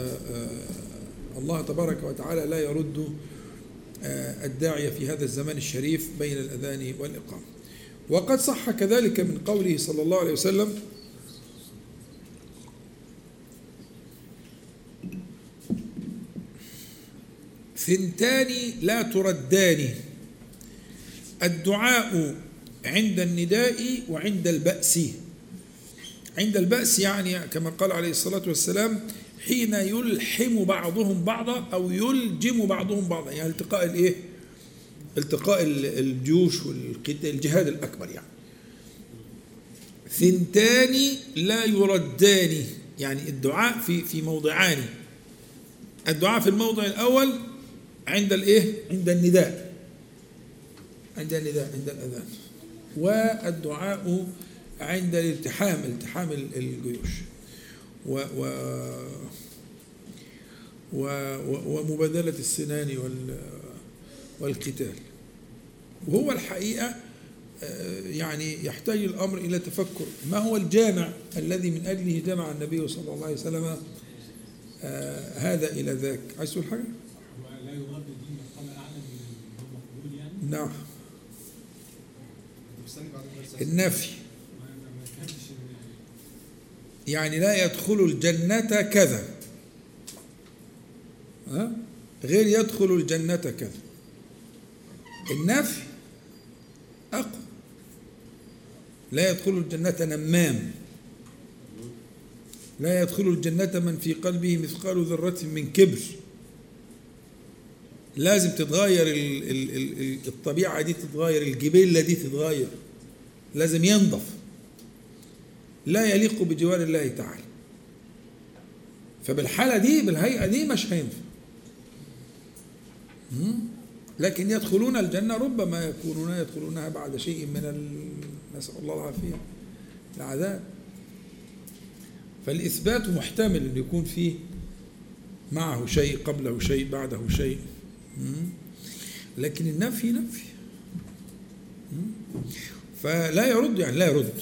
الله تبارك وتعالى لا يرد الداعية في هذا الزمان الشريف بين الأذان والإقامة. وقد صح كذلك من قوله صلى الله عليه وسلم: ثنتان لا تردان، الدعاء عند النداء وعند البأس. عند البأس يعني كما قال عليه الصلاة والسلام: حين يلحم بعضهم بعضا أو يلجم بعضهم بعضا، يعني التقاء الجيوش والجهاد الأكبر. يعني ثنتان لا يردان، يعني الدعاء في موضعان. الدعاء في الموضع الأول عند الايه؟ عند النداء، عند الأذان، والدعاء عند التحام الجيوش ومبادلة السنان والقتال. وهو الحقيقة يعني يحتاج الأمر إلى تفكر، ما هو الجامع الذي من أجله جمع النبي صلى الله عليه وسلم هذا إلى ذاك؟ عايز تقول حاجة؟ لا يراد الدين مرحلة أعلى من المقبول يعني؟ نعم. النفي يعني لا يدخل الجنة كذا، غير يدخل الجنة كذا. النفي أقوى، لا يدخل الجنة نمام، لا يدخل الجنة من في قلبه مثقال ذرة من كبر. لازم تتغير الطبيعة دي، تتغير الجبلة دي، تتغير، لازم ينضف، لا يليق بجوار الله تعالى. فبالحالة دي بالهيئة دي مش هينفع. لكن يدخلون الجنة ربما يكونون يدخلونها بعد شيء من نسأل الله العافية العذاب. فالإثبات محتمل أن يكون فيه معه شيء، قبله شيء، بعده شيء، لكن النفي نفي. فلا يرد، يعني لا يرد،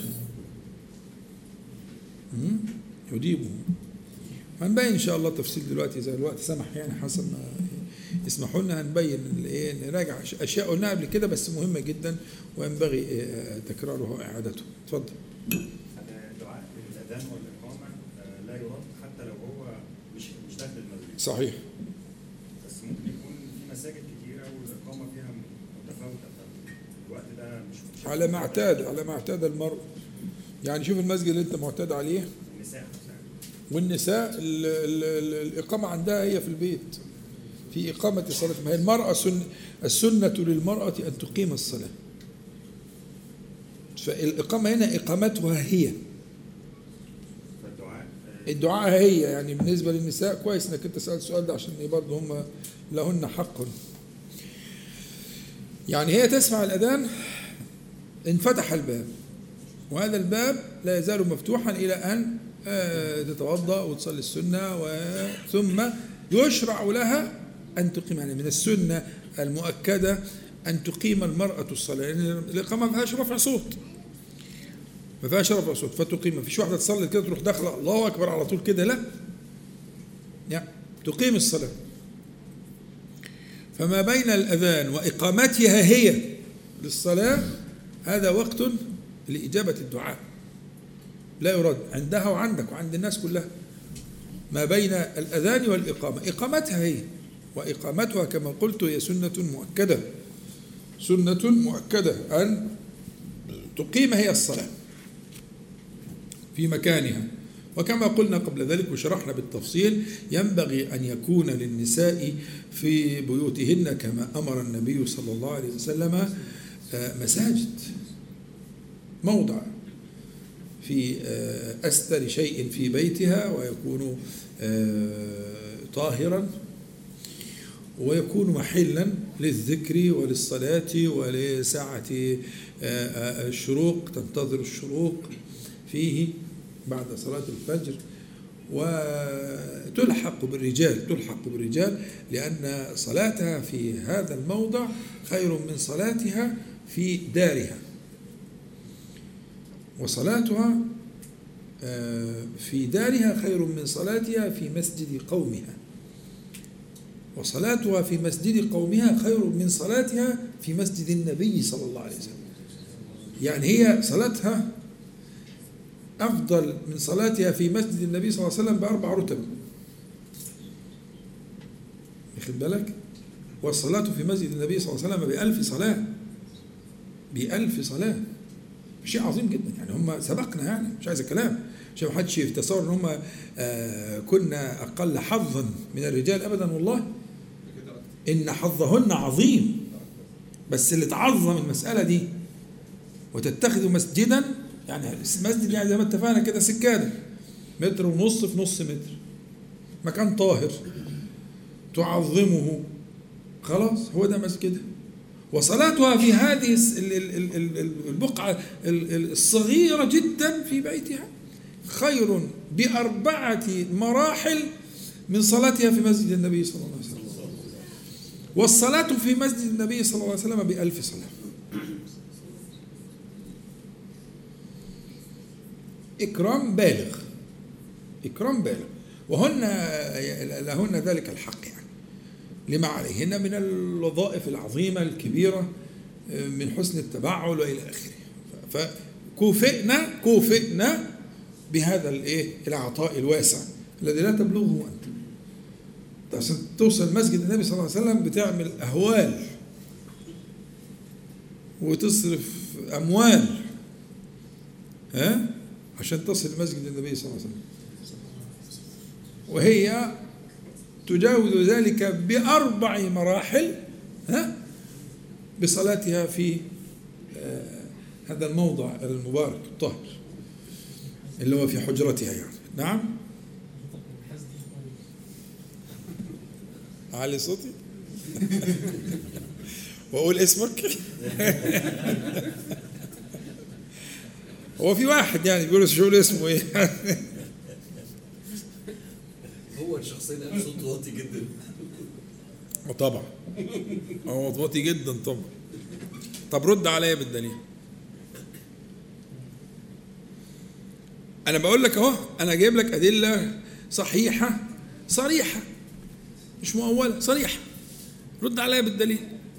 يجيبه. هنبين إن شاء الله تفصيل دلوقتي إذا الوقت سمح، يعني حسب ما يسمحوا لنا هنبين نراجع أشياء قلناها قبل كده بس مهمة جدا وينبغي تكرارها وإعادته. اتفضل. الدعاء بالأذان والإقامة لا يرد حتى لو هو مش داخل المسجد. صحيح. بس ممكن يكون في مساجد كتيرة والإقامة فيها متفاوتة، فالوقت ده مش على ما اعتاد المرء. يعني شوف المسجد اللي أنت معتاد عليه، والنساء الإقامة عندها هي في البيت في إقامة الصلاة. ما هي المرأة السنة للمرأة أن تقيم الصلاة، فالإقامة هنا إقامتها هي، الدعاء هي. يعني بالنسبة للنساء كويس إنك أنت سألت السؤال ده عشان برضه هم لهن حق. يعني هي تسمع الأذان انفتح الباب، وهذا الباب لا يزال مفتوحا إلى أن تتوضأ وتصلي السنة، ثم يشرع لها أن تقيم. يعني من السنة المؤكدة أن تقيم المرأة الصلاة، لأن يعني الإقامة ما فيهاش رفع صوت، فتقيم. ما فيش واحدة تصلي كده تروح داخلة الله أكبر على طول كده، لا، يعني تقيم الصلاة. فما بين الأذان وإقامتها هي للصلاة هذا وقت لإجابة الدعاء، لا يرد عندها وعندك وعند الناس كلها. ما بين الأذان والإقامة، إقامتها هي، وإقامتها كما قلت هي سنة مؤكدة أن تقيم هي الصلاة في مكانها. وكما قلنا قبل ذلك وشرحنا بالتفصيل، ينبغي أن يكون للنساء في بيوتهن كما أمر النبي صلى الله عليه وسلم مساجد، موضع في أستر شيء في بيتها، ويكون طاهرا، ويكون محلا للذكر وللصلاة ولساعة الشروق، تنتظر الشروق فيه بعد صلاة الفجر. وتلحق بالرجال لأن صلاتها في هذا الموضع خير من صلاتها في دارها، وصلاتها في دارها خير من صلاتها في مسجد قومها، وصلاتها في مسجد قومها خير من صلاتها في مسجد النبي صلى الله عليه وسلم. يعني هي صلاتها أفضل من صلاتها في مسجد النبي صلى الله عليه وسلم ب4 رتب، واخد بالك؟ والصلاة في مسجد النبي صلى الله عليه وسلم ب1000 صلاة، شيء عظيم جدا. يعني هم سبقنا، يعني مش عايز الكلام عشان ما حدش يتصور ان هم كنا اقل حظا من الرجال، ابدا والله، ان حظهن عظيم. بس اللي تعظم المسألة دي وتتخذ مسجدا، يعني مسجد يعني زي ما اتفقنا كده سكادة 1.5 متر في نص متر، مكان طاهر تعظمه خلاص هو ده مسجدها. وصلاتها في هذه البقعة الصغيرة جدا في بيتها خير ب4 مراحل من صلاتها في مسجد النبي صلى الله عليه وسلم. والصلاة في مسجد النبي صلى الله عليه وسلم ب1000 صلاة. إكرام بالغ، إكرام بالغ، وهن لهن ذلك الحق يعني لما عليهن من الوظائف العظيمة الكبيرة من حسن التبعل وإلى آخره. فكوفئنا بهذا العطاء الواسع الذي لا تبلغه أنت. عشان توصل مسجد النبي صلى الله عليه وسلم بتعمل أهوال وتصرف أموال عشان تصل مسجد النبي صلى الله عليه وسلم، وهي تجاوز ذلك ب4 مراحل بصلاتها في هذا الموضع المبارك الطاهر اللي هو في حجرتها يعني. نعم. علي صوتي واقول اسمك. هو في واحد يعني بيقول شو اسمه ايه؟ هو الشخصين قال صوته واطي جدا. طبعا هو واطي جدا طبعا. طب رد عليا بالدليل. انا بقول لك اهو، انا جايب لك ادله صحيحه صريحه مش مؤوله، صريحه. رد عليا بالدليل.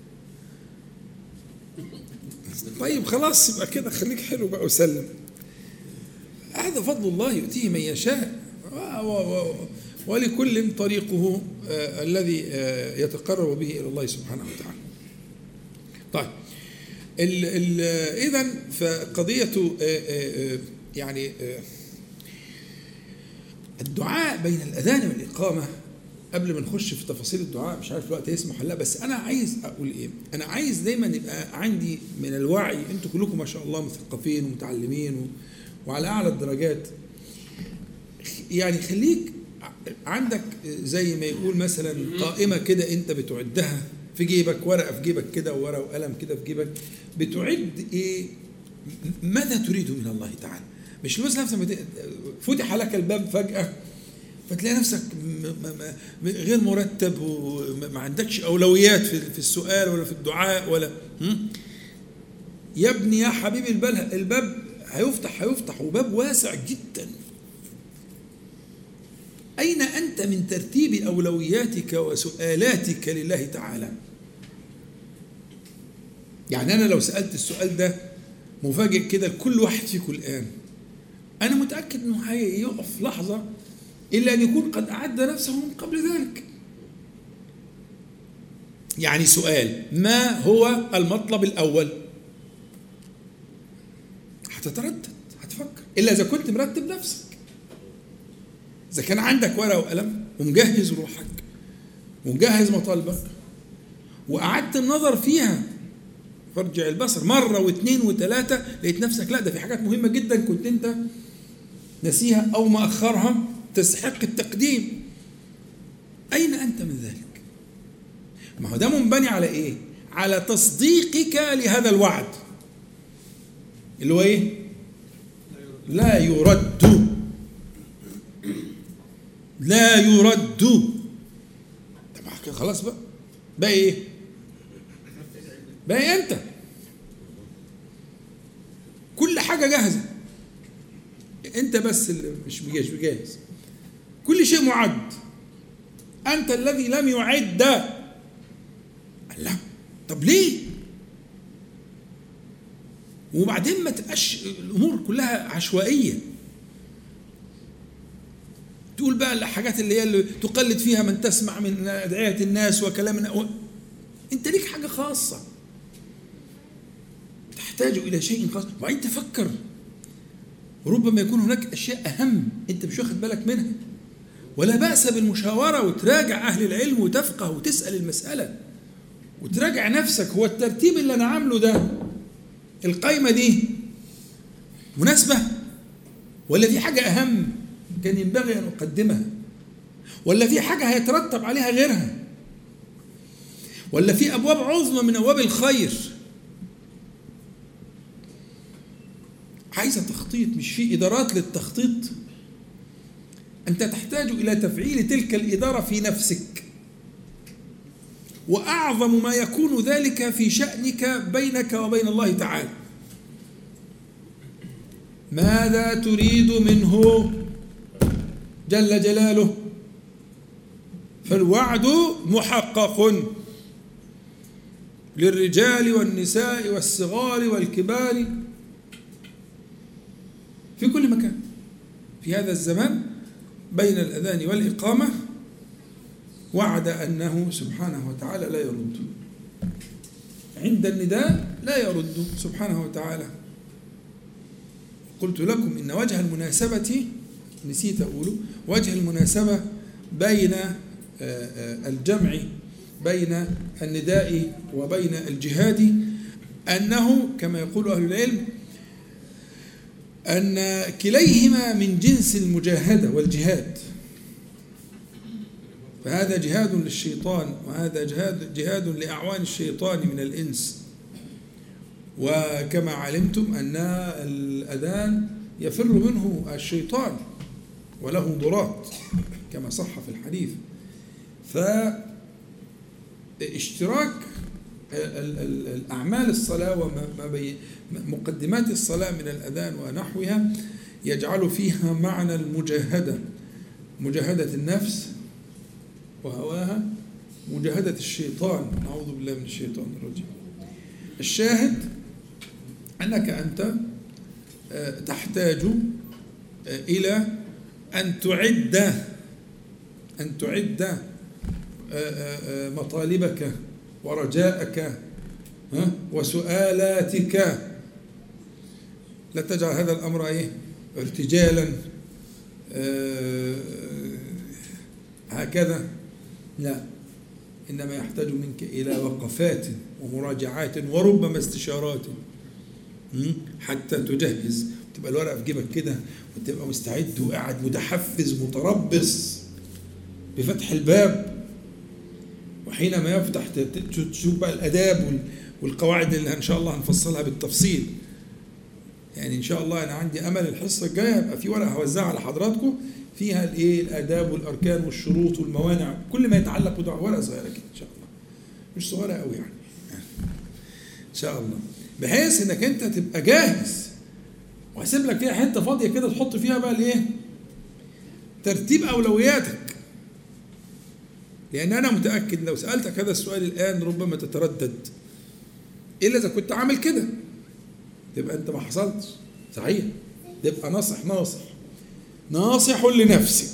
طيب خلاص يبقى كده خليك حلو بقى وسلم. هذا فضل الله يؤتيه من يشاء، ولكل طريقه الذي يتقرب به إلى الله سبحانه وتعالى. طيب إذن فقضية يعني الدعاء بين الأذان والإقامة، قبل ما نخش في تفاصيل الدعاء مش عارف الوقت يسمح ولا لا، بس أنا عايز أقول إيه؟ أنا عايز دايما يبقى عندي من الوعي، أنتوا كلكم ما شاء الله مثقفين ومتعلمين وعلى أعلى الدرجات، يعني خليك عندك زي ما يقول مثلا قائمة كده أنت بتعدها في جيبك، ورقة في جيبك كده وورقة وقلم كده في جيبك، بتعد إيه؟ ماذا تريد من الله تعالى؟ مش مثلا فتح لك الباب فجأة فتلاقي نفسك غير مرتب وما عندكش أولويات في السؤال ولا في الدعاء ولا يا ابني يا حبيبي الباب هيفتح وباب واسع جدا. أين أنت من ترتيب أولوياتك وسؤالاتك لله تعالى؟ يعني أنا لو سألت السؤال ده مفاجئ كده لكل واحد فيكم الآن، أنا متأكد أنه هيقف لحظة إلا أن يكون قد أعد نفسه من قبل ذلك. يعني سؤال: ما هو المطلب الأول؟ هتتردد، هتفكر، إلا إذا كنت مرتب نفسك. إذا كان عندك ورقة وقلم ومجهز روحك ومجهز مطالبك وقعدت النظر فيها، فارجع البصر مرة واثنين وثلاثة، لقيت نفسك لا ده في حاجات مهمة جدا كنت أنت نسيها أو مأخرها تستحق التقديم. أين أنت من ذلك؟ ما هو ده منبني على إيه؟ على تصديقك لهذا الوعد اللي هو إيه؟ لا يرد، لا يرد. طب خلاص بقى إيه؟ بقى أنت كل حاجة جاهزة، أنت بس اللي مش جاهز. كل شيء معد، أنت الذي لم يعد. لا طب ليه؟ وبعدين ما تبقاش الأمور كلها عشوائية، تقول بقى الحاجات اللي تقلد فيها من تسمع من أدعية الناس وكلام. أنت ليك حاجة خاصة تحتاج إلى شيء خاص، وبعدين تفكر. ربما يكون هناك أشياء أهم أنت مش واخد بالك منها، ولا بأس بالمشاورة وتراجع أهل العلم وتفقه وتسأل المسألة وتراجع نفسك. هو الترتيب اللي أنا عامله ده، القائمة دي مناسبة ولا في حاجة أهم كان ينبغي أن أقدمها، ولا في حاجة هيترتب عليها غيرها، ولا في أبواب عظمى من أبواب الخير عايزة تخطيط، مش في إدارات للتخطيط. أنت تحتاج إلى تفعيل تلك الإدارة في نفسك، وأعظم ما يكون ذلك في شأنك بينك وبين الله تعالى. ماذا تريد منه جل جلاله؟ فالوعد محقق للرجال والنساء والصغار والكبار في كل مكان في هذا الزمان بين الأذان والإقامة. وعد أنه سبحانه وتعالى لا يرد عند النداء، لا يرد سبحانه وتعالى. قلت لكم إن وجه المناسبة، نسيت أقوله، وجه المناسبة بين الجمع بين النداء وبين الجهاد أنه كما يقول أهل العلم أن كليهما من جنس المجاهدة والجهاد، فهذا جهاد للشيطان وهذا جهاد لأعوان الشيطان من الإنس. وكما علمتم أن الأذان يفر منه الشيطان وله ضرات كما صح في الحديث. فاشتراك الأعمال الصلاة ومقدمات الصلاة من الأذان ونحوها يجعل فيها معنى المجاهدة، مجاهدة النفس وهواها، مجاهدة الشيطان، نعوذ بالله من الشيطان الرجيم. الشاهد أنك أنت تحتاج إلى أن تعد مطالبك ورجاءك وسؤالاتك. لا تجعل هذا الأمر ارتجالا هكذا، لا، إنما يحتاج منك إلى وقفات ومراجعات وربما استشارات حتى تجهز، تبقى الورقة في جيبك كده وتبقى مستعد وقاعد متحفز متربص بفتح الباب. وحينما يفتح تشوف بقى الآداب والقواعد اللي إن شاء الله هنفصلها بالتفصيل. يعني إن شاء الله أنا عندي أمل الحصة الجاية يبقى في ورقة هوزعها على حضراتكم فيها الآداب والأركان والشروط والموانع، كل ما يتعلق بدعوة، ورقة صغيرة كده إن شاء الله، مش صغيرة قوي يعني إن شاء الله، بحيث إنك أنت تبقى جاهز. وهسيب لك فيها حتة فاضية كده تحط فيها بقى ترتيب أولوياتك. لأن أنا متأكد لو سألتك هذا السؤال الآن ربما تتردد، إلا إذا كنت عامل كده تبقى أنت ما حصلتش صحيح، تبقى ناصح لنفسك،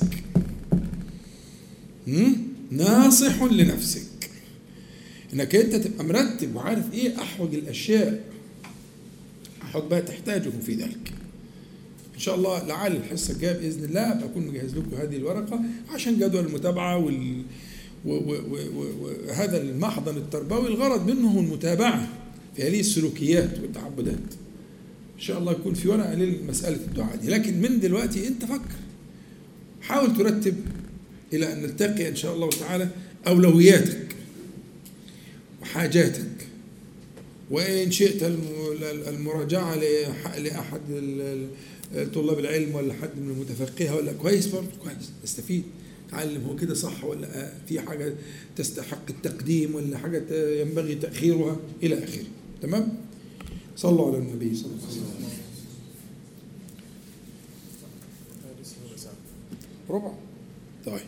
ناصح لنفسك، إنك أنت تبقى مرتب وعارف أحوج الأشياء، أحوج بقى تحتاجه في ذلك. إن شاء الله لعل الحصة الجاية بإذن الله بكون مجهز لكم هذه الورقة عشان جدول المتابعة وهذا المحضن التربوي الغرض منه المتابعة في هذه السلوكيات والتعبدات. إن شاء الله يكون في ورقة لمسألة الدعاء دي، لكن من دلوقتي أنت فكر، حاول ترتب إلى أن نلتقي إن شاء الله تعالى أولوياتك وحاجاتك، وإن شئت المراجعة لأحد طلاب العلم ولا حد من المتفقهة ولا كويس برضه، كويس استفيد، تعلم هو كده صح ولا في حاجة تستحق التقديم ولا حاجة ينبغي تأخيرها إلى آخره. تمام؟ صلوا على النبي صلى الله عليه وسلم. ربع طيب،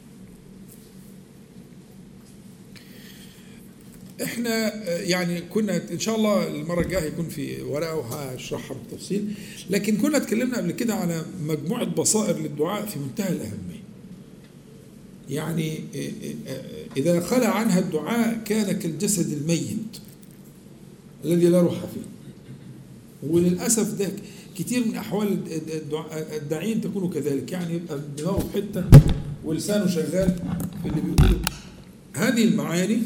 احنا يعني كنا ان شاء الله المره الجايه يكون في ورقه وهشرحها بالتفصيل، لكن كنا اتكلمنا قبل كده على مجموعه بصائر للدعاء في منتهى الاهميه. يعني اذا خلى عنها الدعاء كان كالجسد الميت الذي لا روح فيه. وللاسف ده كتير من احوال الداعين تكون كذلك، يعني يبقى دماغه في حته ولسانه شغال في اللي بيقوله. هذه المعاني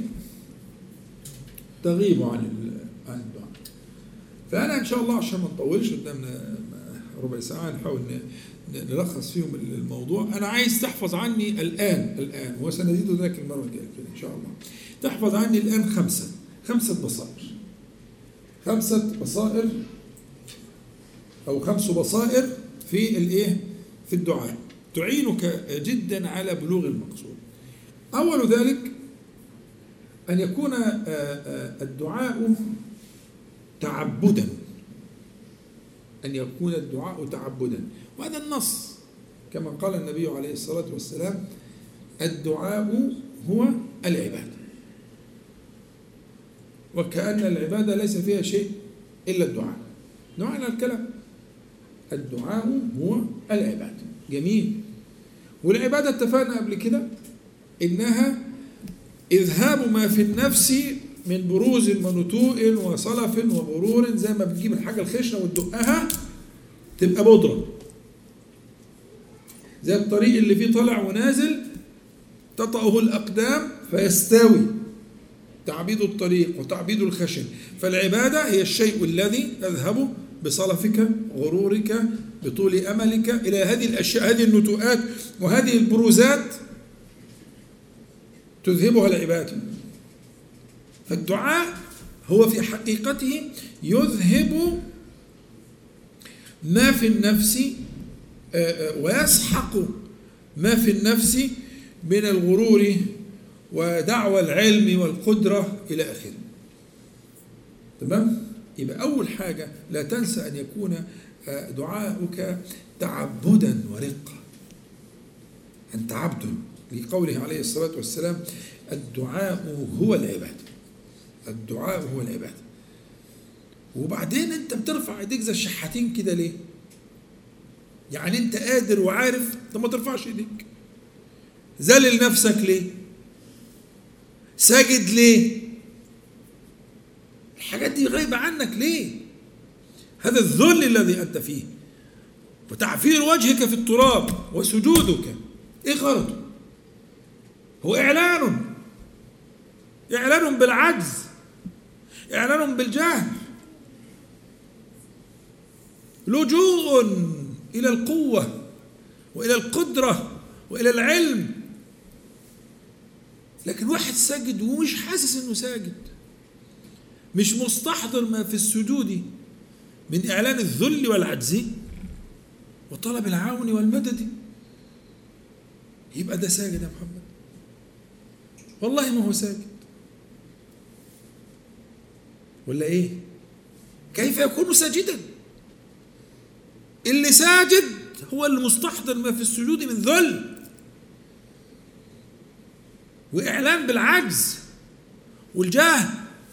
تغيب عن الدعاء. فأنا إن شاء الله عشان ما نطولش قدامنا ربع ساعة نحاول نلخص فيهم الموضوع. أنا عايز تحفظ عني الآن وسنزيد ذلك المرة الجاية إن شاء الله. تحفظ عني الآن 5 بصائر، 5 بصائر أو 5 بصائر في الدعاء تعينك جدا على بلوغ المقصود. أول ذلك أن يكون الدعاء تعبدا، أن يكون الدعاء تعبدا، وهذا النص كما قال النبي عليه الصلاة والسلام: الدعاء هو العبادة. وكأن العبادة ليس فيها شيء إلا الدعاء، معنى الكلام الدعاء هو العبادة. جميل. والعبادة اتفقنا قبل كده إنها إذهاب ما في النفس من بروز ونتوء وصلف وغرور، زي ما بتجيب الحاجة الخشنة وتدقها تبقى بودرة، زي الطريق اللي فيه طالع ونازل تطأه الأقدام فيستوي، تعبيد الطريق وتعبيد الخشن. فالعبادة هي الشيء الذي تذهب بصلفك، غرورك، بطول أملك إلى هذه الأشياء، هذه النتوءات وهذه البروزات تذهبها العبادة. فالدعاء هو في حقيقته يذهب ما في النفس ويسحق ما في النفس من الغرور ودعوى العلم والقدرة إلى آخره. تمام؟ يبقى أول حاجة لا تنسى أن يكون دعاؤك تعبدا ورقة. أنت عبد، لقوله عليه الصلاة والسلام: الدعاء هو العبادة. الدعاء هو العبادة. وبعدين أنت بترفع ايديك زي الشحاتين كده ليه؟ يعني أنت قادر وعارف، طب ما ترفعش ايديك. ذلل نفسك ليه؟ ساجد ليه؟ الحاجات دي غايبة عنك ليه؟ هذا الذل الذي أنت فيه وتعفير وجهك في التراب وسجودك إيه غرضه؟ هو إعلان بالعجز، إعلان بالجهل، لجوء إلى القوة وإلى القدرة وإلى العلم. لكن واحد ساجد ومش حاسس إنه ساجد، مش مستحضر ما في السجود من إعلان الذل والعجز وطلب العون والمدد، يبقى ده ساجد يا محمد؟ والله ما هو ساجد. ولا إيه؟ كيف يكون ساجدا؟ اللي ساجد هو اللي مستحضر ما في السجود من ذل وإعلان بالعجز والجهل.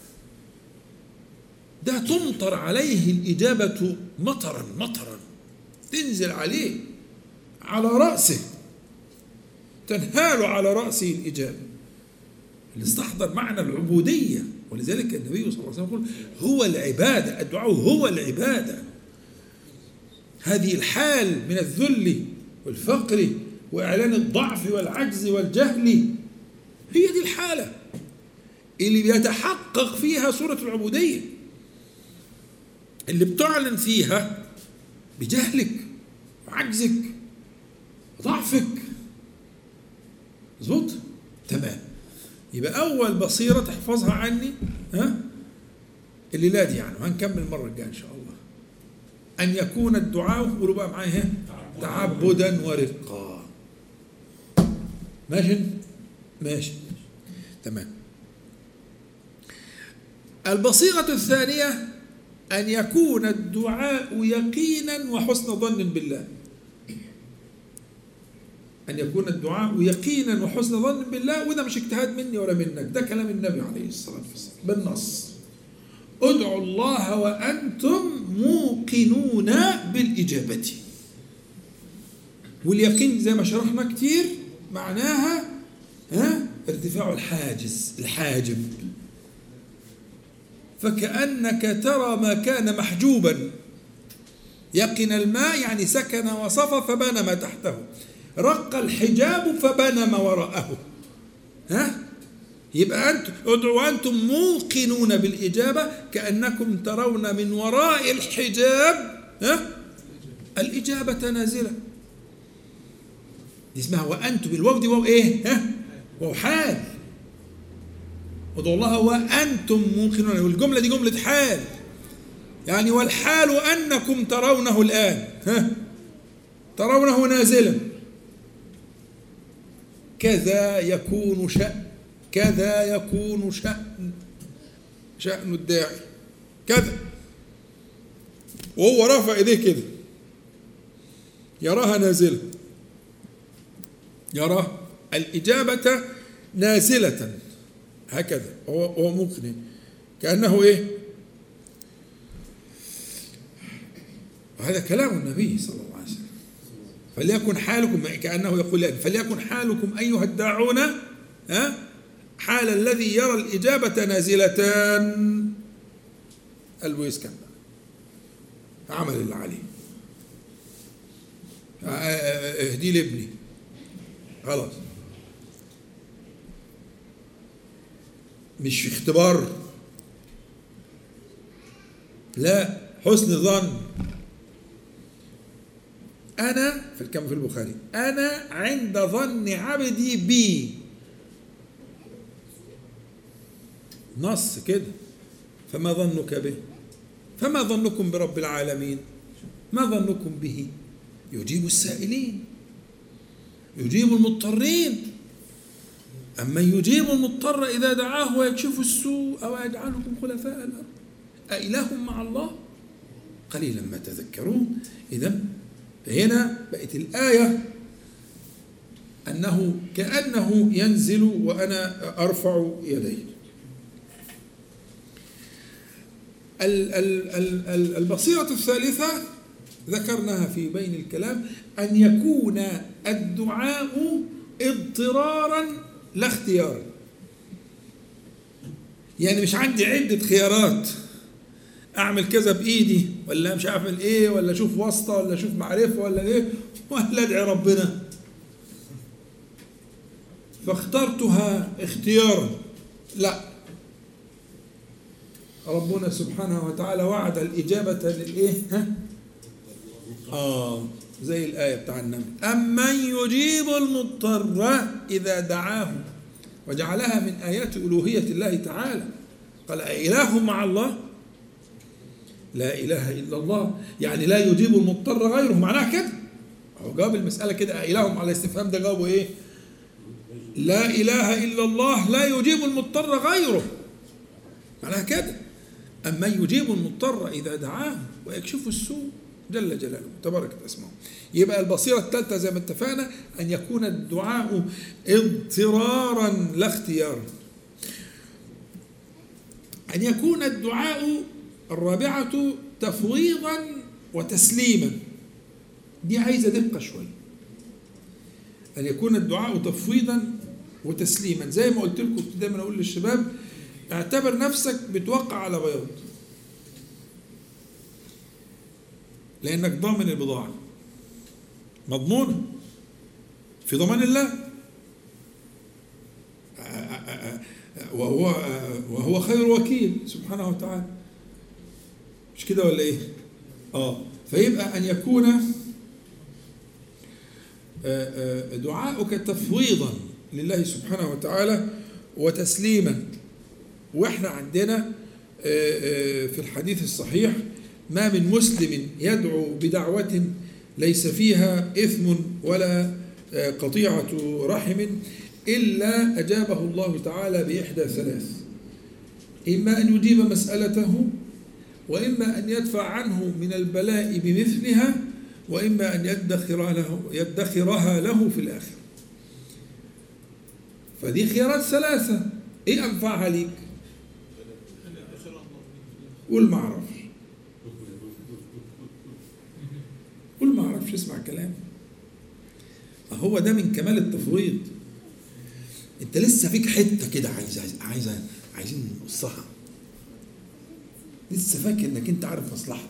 ده تمطر عليه الإجابة مطرا تنزل عليه على رأسه، تنهال على رأسه الإجابة، اللي استحضر معنى العبودية. ولذلك النبي صلى الله عليه وسلم يقول: هو العبادة، الدعاء هو العبادة. هذه الحال من الذل والفقر وإعلان الضعف والعجز والجهل، هي دي الحالة اللي بيتحقق فيها صورة العبودية، اللي بتعلن فيها بجهلك وعجزك وضعفك. مظبوط؟ تمام. يبقى أول بصيرة تحفظها عني الليلة دي يعني، وهنكمل المرة الجاية إن شاء الله، أن يكون الدعاء، قولوا بقى معايا، تعبدا ورقا. ماشي تمام. البصيرة الثانية أن يكون الدعاء يقينا وحسن ظن بالله. أن يكون الدعاء يقينا وحسن ظن بالله، وده مش اجتهاد مني ولا منك، ده كلام النبي عليه الصلاة والسلام بالنص: ادعوا الله وأنتم موقنون بالإجابة. واليقين زي ما شرحنا كتير معناها ارتفاع الحاجب، فكأنك ترى ما كان محجوبا. يقن الماء يعني سكن وصفى فبان ما تحته، رق الحجاب فبان ما وراءه. يبقى أنتم ادعوا وأنتم موقنون بالإجابة، كأنكم ترون من وراء الحجاب الإجابة نازلة، دي اسمها وأنتم، بالواو دي واو إيه؟ ها؟ واو حال. ادعوا الله وأنتم موقنون، والجملة دي جملة حال، يعني والحال أنكم ترونه الآن، ها؟ ترونه نازلا. كذا يكون شأن، كذا يكون شأن الداعي كذا، وهو رافع ايديه كده يراها نازلة، يرى الإجابة نازلة هكذا، هو مقنع كأنه إيه؟ وهذا كلام النبي صلى الله عليه وسلم. فليكن حالكم، كأنه يقول يعني فليكن حالكم أيها الداعون حال الذي يرى الإجابة نازلة. البويس كان عمل اللي عليه، اهدي لابني خلاص، مش اختبار، لا، حسن ظن. أنا في البخاري أنا عند ظن عبدي بي، نص كده. فما ظنك به؟ فما ظنكم برب العالمين؟ ما ظنكم به؟ يجيب السائلين، يجيب المضطرين. أما يجيب المضطر إذا دعاه ويكشف السوء أو يجعلكم خلفاء الأرض أإله مع الله قليلا ما تذكرون. إذا هنا بقت الآية أنه كأنه ينزل وأنا أرفع يدي. البصيرة الثالثة ذكرناها في بين الكلام، أن يكون الدعاء اضطرارا لا اختيارا. يعني مش عندي عدة خيارات، أعمل كذا بإيدي ولا مش أعمل إيه، ولا أشوف واسطة ولا أشوف معرفة ولا إيه، ولا أدعي ربنا فاخترتها اختيارا. لا، ربنا سبحانه وتعالى وعد الإجابة للإيه؟ زي الآية بتاع النمل، أمن يجيب المضطر إذا دعاه، وجعلها من آيات ألوهية الله تعالى. قال أإله مع الله؟ لا إله إلا الله، يعني لا يجيب المضطر غيره، معناها كده. هو جواب المسألة كده، أإله مع الاستفهام ده جوابه إيه؟ لا إله إلا الله لا يجيب المضطر غيره، معناها كده. أما يجيب المضطر إذا دعاه ويكشف السوء جل جلاله تبارك اسمه. يبقى البصيرة الثالثة زي ما اتفقنا أن يكون الدعاء اضطرارا لا اختيارا. أن يكون الدعاء الرابعة تفويضا وتسليما، دي عايزة دقة شوية. أن يكون الدعاء تفويضا وتسليما، زي ما قلت لكم دايما أقول للشباب اعتبر نفسك بتوقع على بياض، لأنك ضامن البضاعة، مضمونة في ضمان الله، وهو خير وكيل سبحانه وتعالى، مش كده ولا إيه؟ فيبقى أن يكون دعاؤك تفويضا لله سبحانه وتعالى وتسليما. وإحنا عندنا في الحديث الصحيح ما من مسلم يدعو بدعوة ليس فيها إثم ولا قطيعة رحم إلا أجابه الله تعالى بإحدى ثلاث: إما أن يجيب مسألته، وإما أن يدفع عنه من البلاء بمثلها، وإما أن يدخرها له في الآخر. فدي خيارات ثلاثة، إيه أنفعها ليك؟ قول ما أعرفش، قول ما أعرفش، اسمع كلام. هو ده من كمال التفويض. أنت لسه فيك حتة كده عايزين نقصها، لسه فاكر إنك أنت عارف مصلحتك.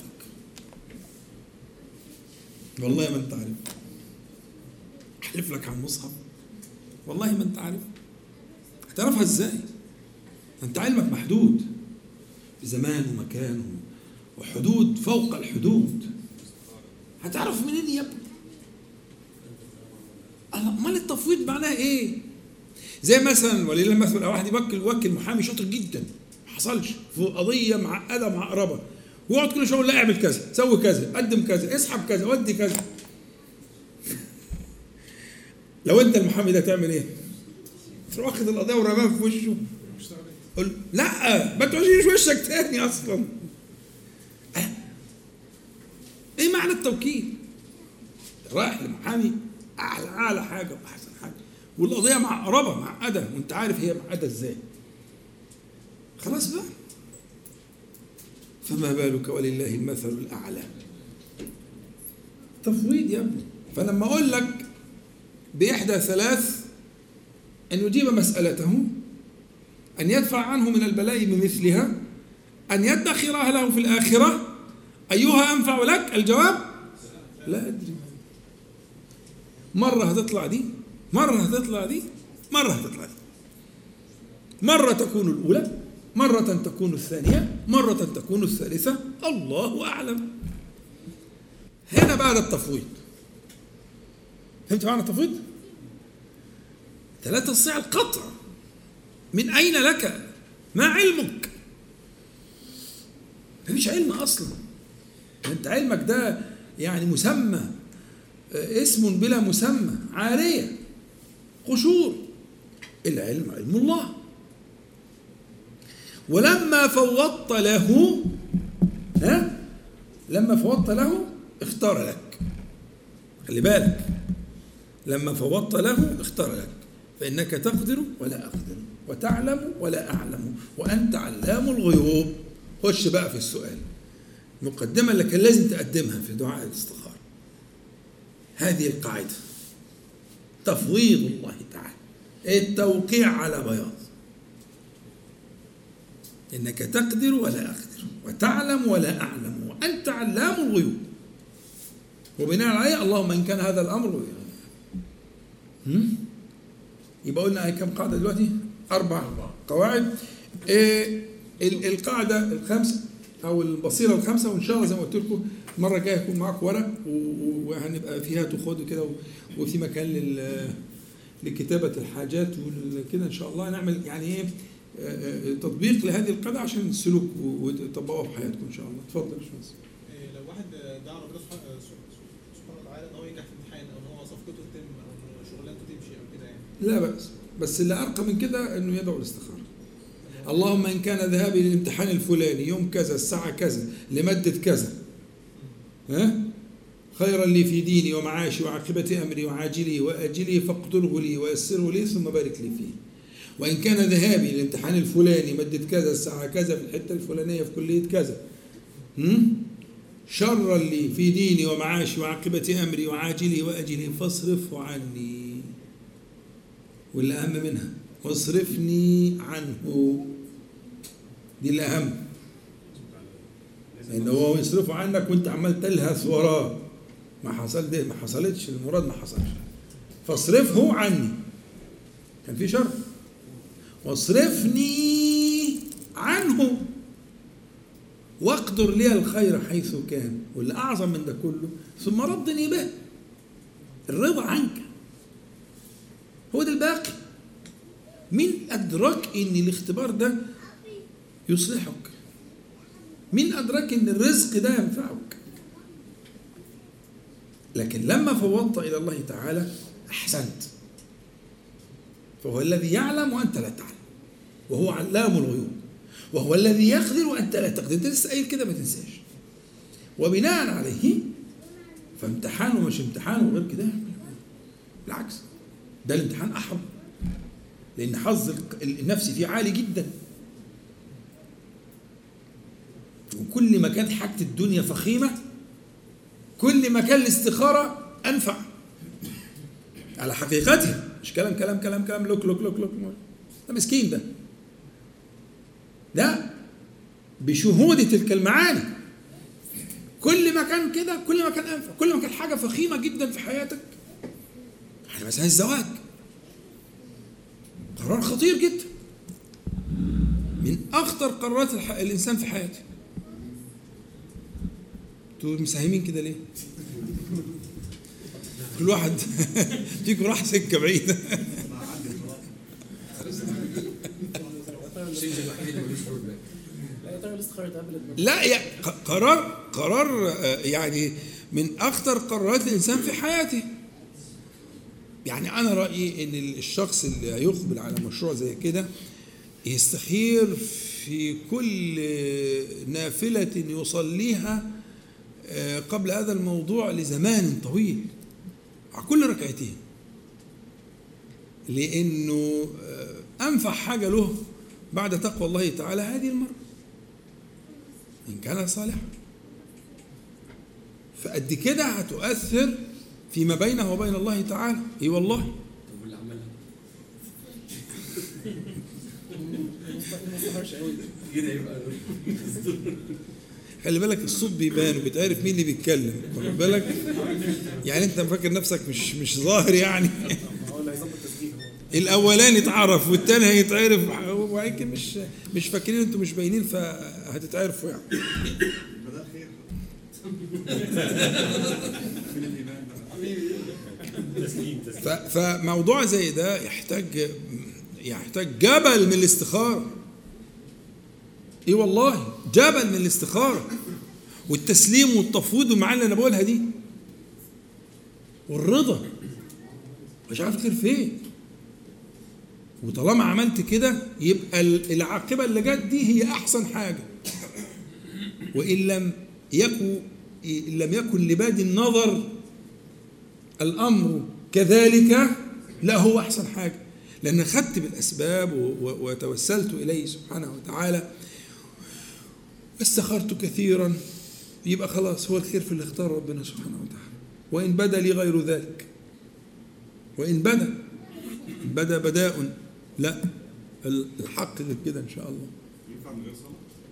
والله ما أنت عارف، أحلف لك على المصحف والله ما أنت عارف. هتعرفها إزاي؟ أنت علمك محدود بزمان ومكان وحدود فوق الحدود. هتعرف منين يا ابني؟ امال التفويض معناه ايه؟ زي مثلا ولله المثل واحد يوكل محامي شاطر جدا ما حصلش في قضيه معقده معقربه، ويقعد كل شويه يقول لا اعمل كذا، سوي كذا، قدم كذا، اسحب كذا، ودي كذا. لو انت المحامي ده تعمل ايه؟ تروح واخد القضيه ورماها في وشه. قول لا ما توريش وشك تاني اصلا. ايه معنى التوكيل؟ رايح لمحامي اعلى حاجه واحسن حاجه، والقضيه معقربه معقده وانت عارف هي معقده ازاي. خلاص بقى، فما بالك ولله المثل الاعلى. تفويض يا ابني. فلما اقول لك باحدى ثلاث: ان يجيب مسالته، ان يدفع عنه من البلاء بمثلها، ان يدخرها له في الاخره، ايها انفع لك؟ الجواب لا ادري. مرة هتطلع دي، مرة هتطلع دي، مرة هتطلع دي. مرة تكون الأولى، مرة تكون الثانية، مرة تكون الثالثة، الله أعلم. هنا بعد التفويض. فهمت معنى التفويض؟ لا تستطيع القطع. من أين لك؟ ما علمك؟ مفيش علم أصلا. أنت علمك ده يعني مسمى، اسم بلا مسمى، عارية، قشور. العلم علم الله. ولما فوضت له لما فوضت له اختار لك. خلي بالك، لما فوضت له اختار لك، فإنك تقدر ولا أقدر، وتعلم ولا أعلم، وأنت علام الغيوب. خش بقى في السؤال، مقدمة اللي كان لازم تقدمها في دعاء الاستخارة. هذه القاعدة: تفويض الله تعالى، التوقيع على بياض. إنك تقدر ولا أقدر، وتعلم ولا أعلم، وأنت علام الغيوب. وبناء عليه اللهم إن كان هذا الأمر يبقى قلنا كم قاعدة دلوقتي؟ 4 قواعد. القاعدة الخامسة أو البصيرة الخامسة، وإن شاء الله زي ما قلت لكم المرة الجاية يكون معاك ورق وهنبقى فيها تاخد كده، وفي مكان لكتابة الحاجات وكده. إن شاء الله نعمل يعني إيه تطبيق لهذه القاعدة عشان السلوك وتطبقوها في حياتكم إن شاء الله. اتفضل يا باشمهندس. لو واحد دعا ربنا سبحانه وتعالى ان هو ينجح في امتحان، او ان هو صفقته تتم، او ان شغلانته تمشي او كده يعني، لا بأس، بس اللي أرقى من كده إنه يدعو الاستخارة. اللهم إن كان ذهابي للامتحان الفلاني يوم كذا الساعة كذا لمدة كذا خيرا لي في ديني ومعاشي وعاقبة أمري وعاجلي وآجلي فاقدره لي ويسره لي ثم بارك لي فيه. وإن كان ذهابي للامتحان الفلاني مدة كذا الساعة كذا في الحتة الفلانية في كلية كذا شرا لي في ديني ومعاشي وعاقبة أمري وعاجلي وآجلي فاصرفه عني. واللي أهم منها واصرفني عنه، دي الأهم، لأن هو يصرفه عنك وأنت عمال تلهث وراه. ما حصل ده، ما حصلتش المراد، ما حصلش. فاصرفه عني، كان في شر. واصرفني عنه واقدر لي الخير حيث كان. واللي أعظم من ده كله ثم ردني به، الرضا عنك هو ده الباقي. مين أدرك إن الاختبار ده يصلحك؟ مين أدرك إن الرزق ده ينفعك؟ لكن لما فوضت إلى الله تعالى أحسنت، فهو الذي يعلم وأنت لا تعلم، وهو علام الغيوب، وهو الذي يقدر وأنت لا تقدر. أنت لسه قايل كده ما تنساش. وبناء عليه فامتحانه مش امتحانه غير كده، بالعكس ده الامتحان أحرم، لأن حظ النفس فيه عالي جدا. وكل ما كانت حاجة الدنيا فخيمة كل ما كان الاستخارة أنفع على حقيقتها، مش كلام لوك ده مسكين ده بشهود تلك المعاني. كل ما كان كده كل ما كان أنفع، كل ما كان حاجة فخيمة جدا في حياتك. يعني مثلا الزواج قرار خطير جدا، من أخطر قرارات الإنسان في حياته. انتوا مساهمين كده ليه؟ كل واحد فيكم راح سكه بعيده. لا يا قرار يعني من اخطر قرارات الانسان في حياته. يعني انا رايي ان الشخص اللي هيقبل على مشروع زي كده يستخير في كل نافله يصليها قبل هذا الموضوع لزمان طويل على كل ركعتين، لانه انفع حاجه له بعد تقوى الله تعالى هذه المرة إن كان صالحا، فقد كده هتؤثر فيما بينه وبين الله تعالى. اي والله. طب واللي عملها كده يبقى خلي بالك الصوت بيبان وبتعرف مين اللي بيتكلم، واخد بالك؟ يعني انت فاكر نفسك مش ظاهر يعني. هو اللي هيظبط التسجيل هو. الاولاني اتعرف والتاني هيتعرف، ويمكن مش فاكرين انتوا مش باينين فهتتعرفوا يعني. ده خير من الايمان بقى. فموضوع زي ده يحتاج جبل من الاستخاره. اي والله جبل من الاستخاره والتسليم والتفويض والمعاني اللي انا بقولها دي والرضا، مش عارف خير فين. وطالما عملت كده يبقى العاقبه اللي جت دي هي احسن حاجه، وان لم يكن لباد النظر الامر كذلك لا هو احسن حاجه، لان خدت بالاسباب وتوسلت اليه سبحانه وتعالى واستخرت كثيرا، يبقى خلاص هو الخير في اللي اختار ربنا سبحانه وتعالى. وان بدا لي غير ذلك، وان بدا بداء، لا الحق غير كده ان شاء الله. ينفع من غير صلاه؟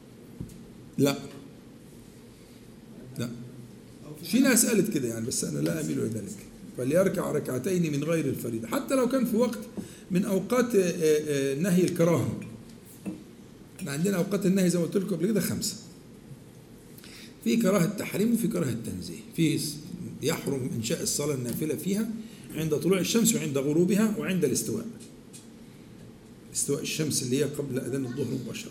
لا في ناس قالت كده يعني، بس انا لا اميل الى ذلك. فليركع ركعتين من غير الفريضه حتى لو كان في وقت من اوقات نهي الكراهه. احنا عندنا اوقات النهي زي ما قلت لكم قبل كده 5، في كراهه تحريم وفي كراهه تنزيه. في يحرم انشاء الصلاه النافله فيها عند طلوع الشمس وعند غروبها وعند استواء الشمس اللي هي قبل اذان الظهر مباشره.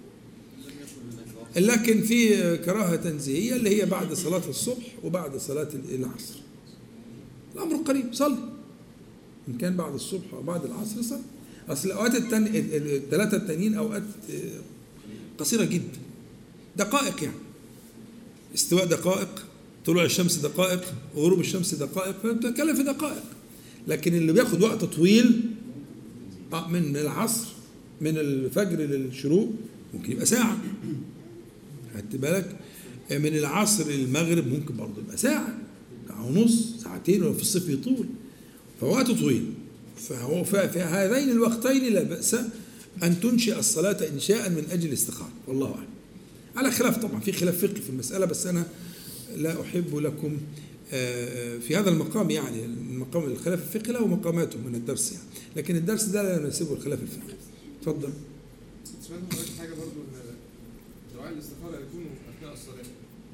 لكن في كراهه تنزيهيه اللي هي بعد صلاه الصبح وبعد صلاه العصر. الامر قريب، صلي ان كان بعد الصبح او بعد العصر صلي. اصل الاوقات الثلاثه التانيين اوقات قصيره جدا، دقائق يعني. استواء دقائق، طلوع الشمس دقائق، غروب الشمس دقائق، فبتتكلم في دقائق. لكن اللي بياخد وقت طويل من العصر من الفجر للشروق ممكن يبقى ساعة، خدت بالك؟ من العصر للمغرب ممكن برضه يبقى ساعة ونص، ساعتين، ولو في الصيف يطول، فوقت طويل. فهو في هذين الوقتين لا بأس أن تنشئ الصلاة إنشاء من أجل الاستخارة، والله أعلم. على خلاف طبعا، في خلاف فقهي في المسألة، بس أنا لا أحب لكم في هذا المقام، يعني المقام الخلاف الفقهي له مقاماته من الدرس يعني، لكن الدرس ده لا يناسبه الخلاف الفقهي. اتفضل. سمعت من حاجه برضو ان دعاء الاستخاره يكون اثناء الصلاه.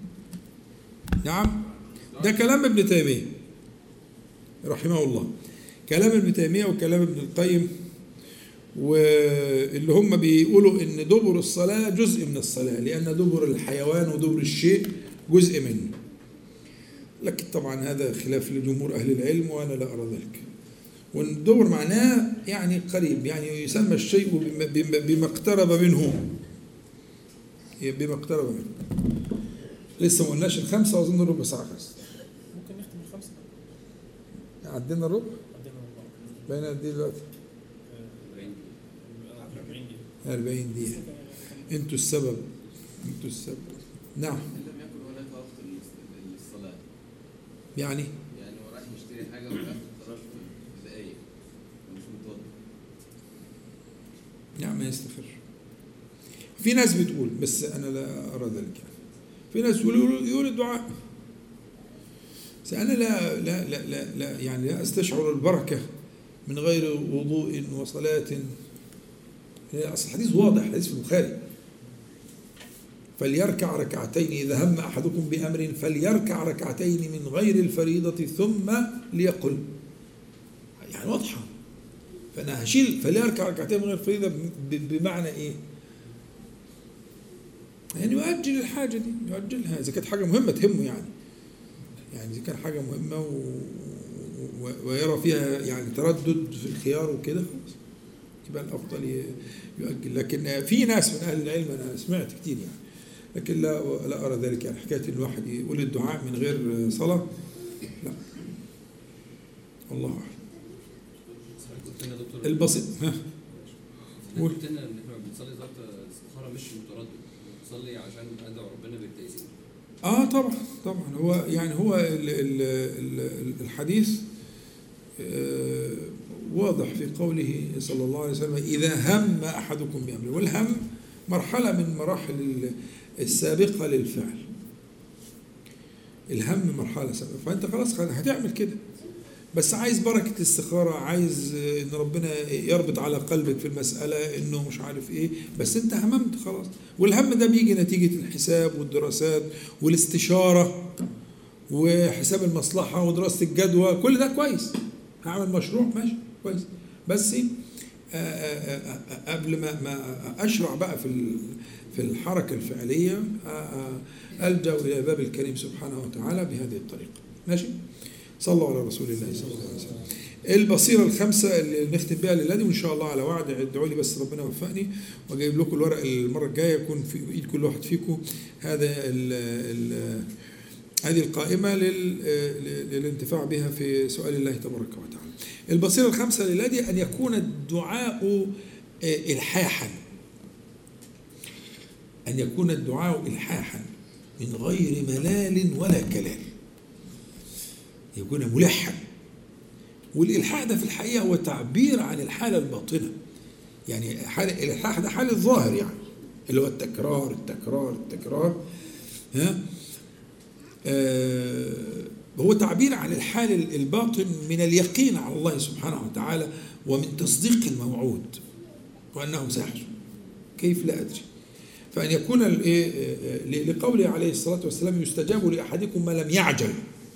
نعم، ده كلام ابن تيمية رحمه الله، كلام ابن تيمية وكلام ابن القيم، واللي هم بيقولوا ان دبر الصلاة جزء من الصلاة، لأن دبر الحيوان ودبر الشيء جزء منه. لكن طبعا هذا خلاف لجمهور أهل العلم وأنا لا أرى ذلك. والدبر معناه يعني قريب، يعني يسمى الشيء بما اقترب منه، بما اقترب منه. لسه ما قلناش ال5 وأظن ربع ساعة خلص. ممكن نختم ال5. عدينا الربع؟ عدينا الربع. بين قد ايه دلوقتي؟ 40 دقيقة. انتوا السبب. نعم. لم يكن هناك وقت للصلاة. يعني هو رايح يشتري حاجة وياخد قرار في دقايق ومش متوضئ. نعم، ما يستخرش. في ناس بتقول، بس أنا لا أرى ذلك يعني. في ناس يقول الدعاء. بس أنا لا يعني لا أستشعر البركة من غير وضوء وصلاة. أصل الحديث واضح، الحديث في البخاري. فليركع ركعتين، إذا هم أحدكم بأمر فليركع ركعتين من غير الفريضة ثم ليقل. يعني واضحة. فأنا هشيل فليركع ركعتين من غير الفريضة بمعنى إيه؟ يعني يؤجل الحاجة دي، يؤجلها إذا كانت حاجة مهمة تهمه يعني إذا كان حاجة مهمة ويرى فيها يعني تردد في الخيار وكده خلاص يبقى الأفضل يؤجل. لكن في ناس من أهل العلم أنا سمعت كتير يعني، لكن لا أرى ذلك. يعني حكاية إن الواحد يقول الدعاء من غير صلاة لا، الله أعلم. البسيط قلت لنا ان احنا بنصلي صلاه الاستخاره مش متردد، بنصلي عشان ندعو ربنا بالتيسير. طبعا هو يعني هو الحديث واضح في قوله صلى الله عليه وسلم إذا هم أحدكم بأمر، والهم مرحلة من مراحل السابقة للفعل. الهم مرحلة سابقة، فأنت خلاص هتعمل كده، بس عايز بركة الاستخارة، عايز إن ربنا يربط على قلبك في المسألة إنه مش عارف إيه، بس أنت هممت خلاص. والهم ده بيجي نتيجة الحساب والدراسات والاستشارة وحساب المصلحة ودراسة الجدوى، كل ده كويس. هعمل مشروع ماشي كويس، بس قبل ما أشرع بقى في الحركة الفعلية ألجأ إلى باب الكريم سبحانه وتعالى بهذه الطريقة. ماشي. صلوا على رسول الله صلى الله عليه وسلم. البصيرة الخمسة اللي نختم بها الليلة دي، وإن شاء الله على وعد ادعوا لي بس ربنا يوفقني، وجايب لكم الورق المرة الجاية يكون في إيد كل واحد فيكم هذه القائمة للانتفاع بها في سؤال الله تبارك وتعالى. البصيرة الخمسة الليلة دي أن يكون الدعاء إلحاحا، أن يكون الدعاء إلحاحا من غير ملال ولا كلال، يكون ملحا. والإلحاح ده في الحقيقة هو تعبير عن الحالة الباطنة، يعني الإلحاح ده حال الظاهر يعني اللي هو التكرار التكرار التكرار، هو تعبير عن الحال الباطن من اليقين على الله سبحانه وتعالى ومن تصديق الموعود وأنه سيحصل. كيف لا أدري. فأن يكون لقوله عليه الصلاة والسلام يستجاب لأحدكم ما لم يعجل،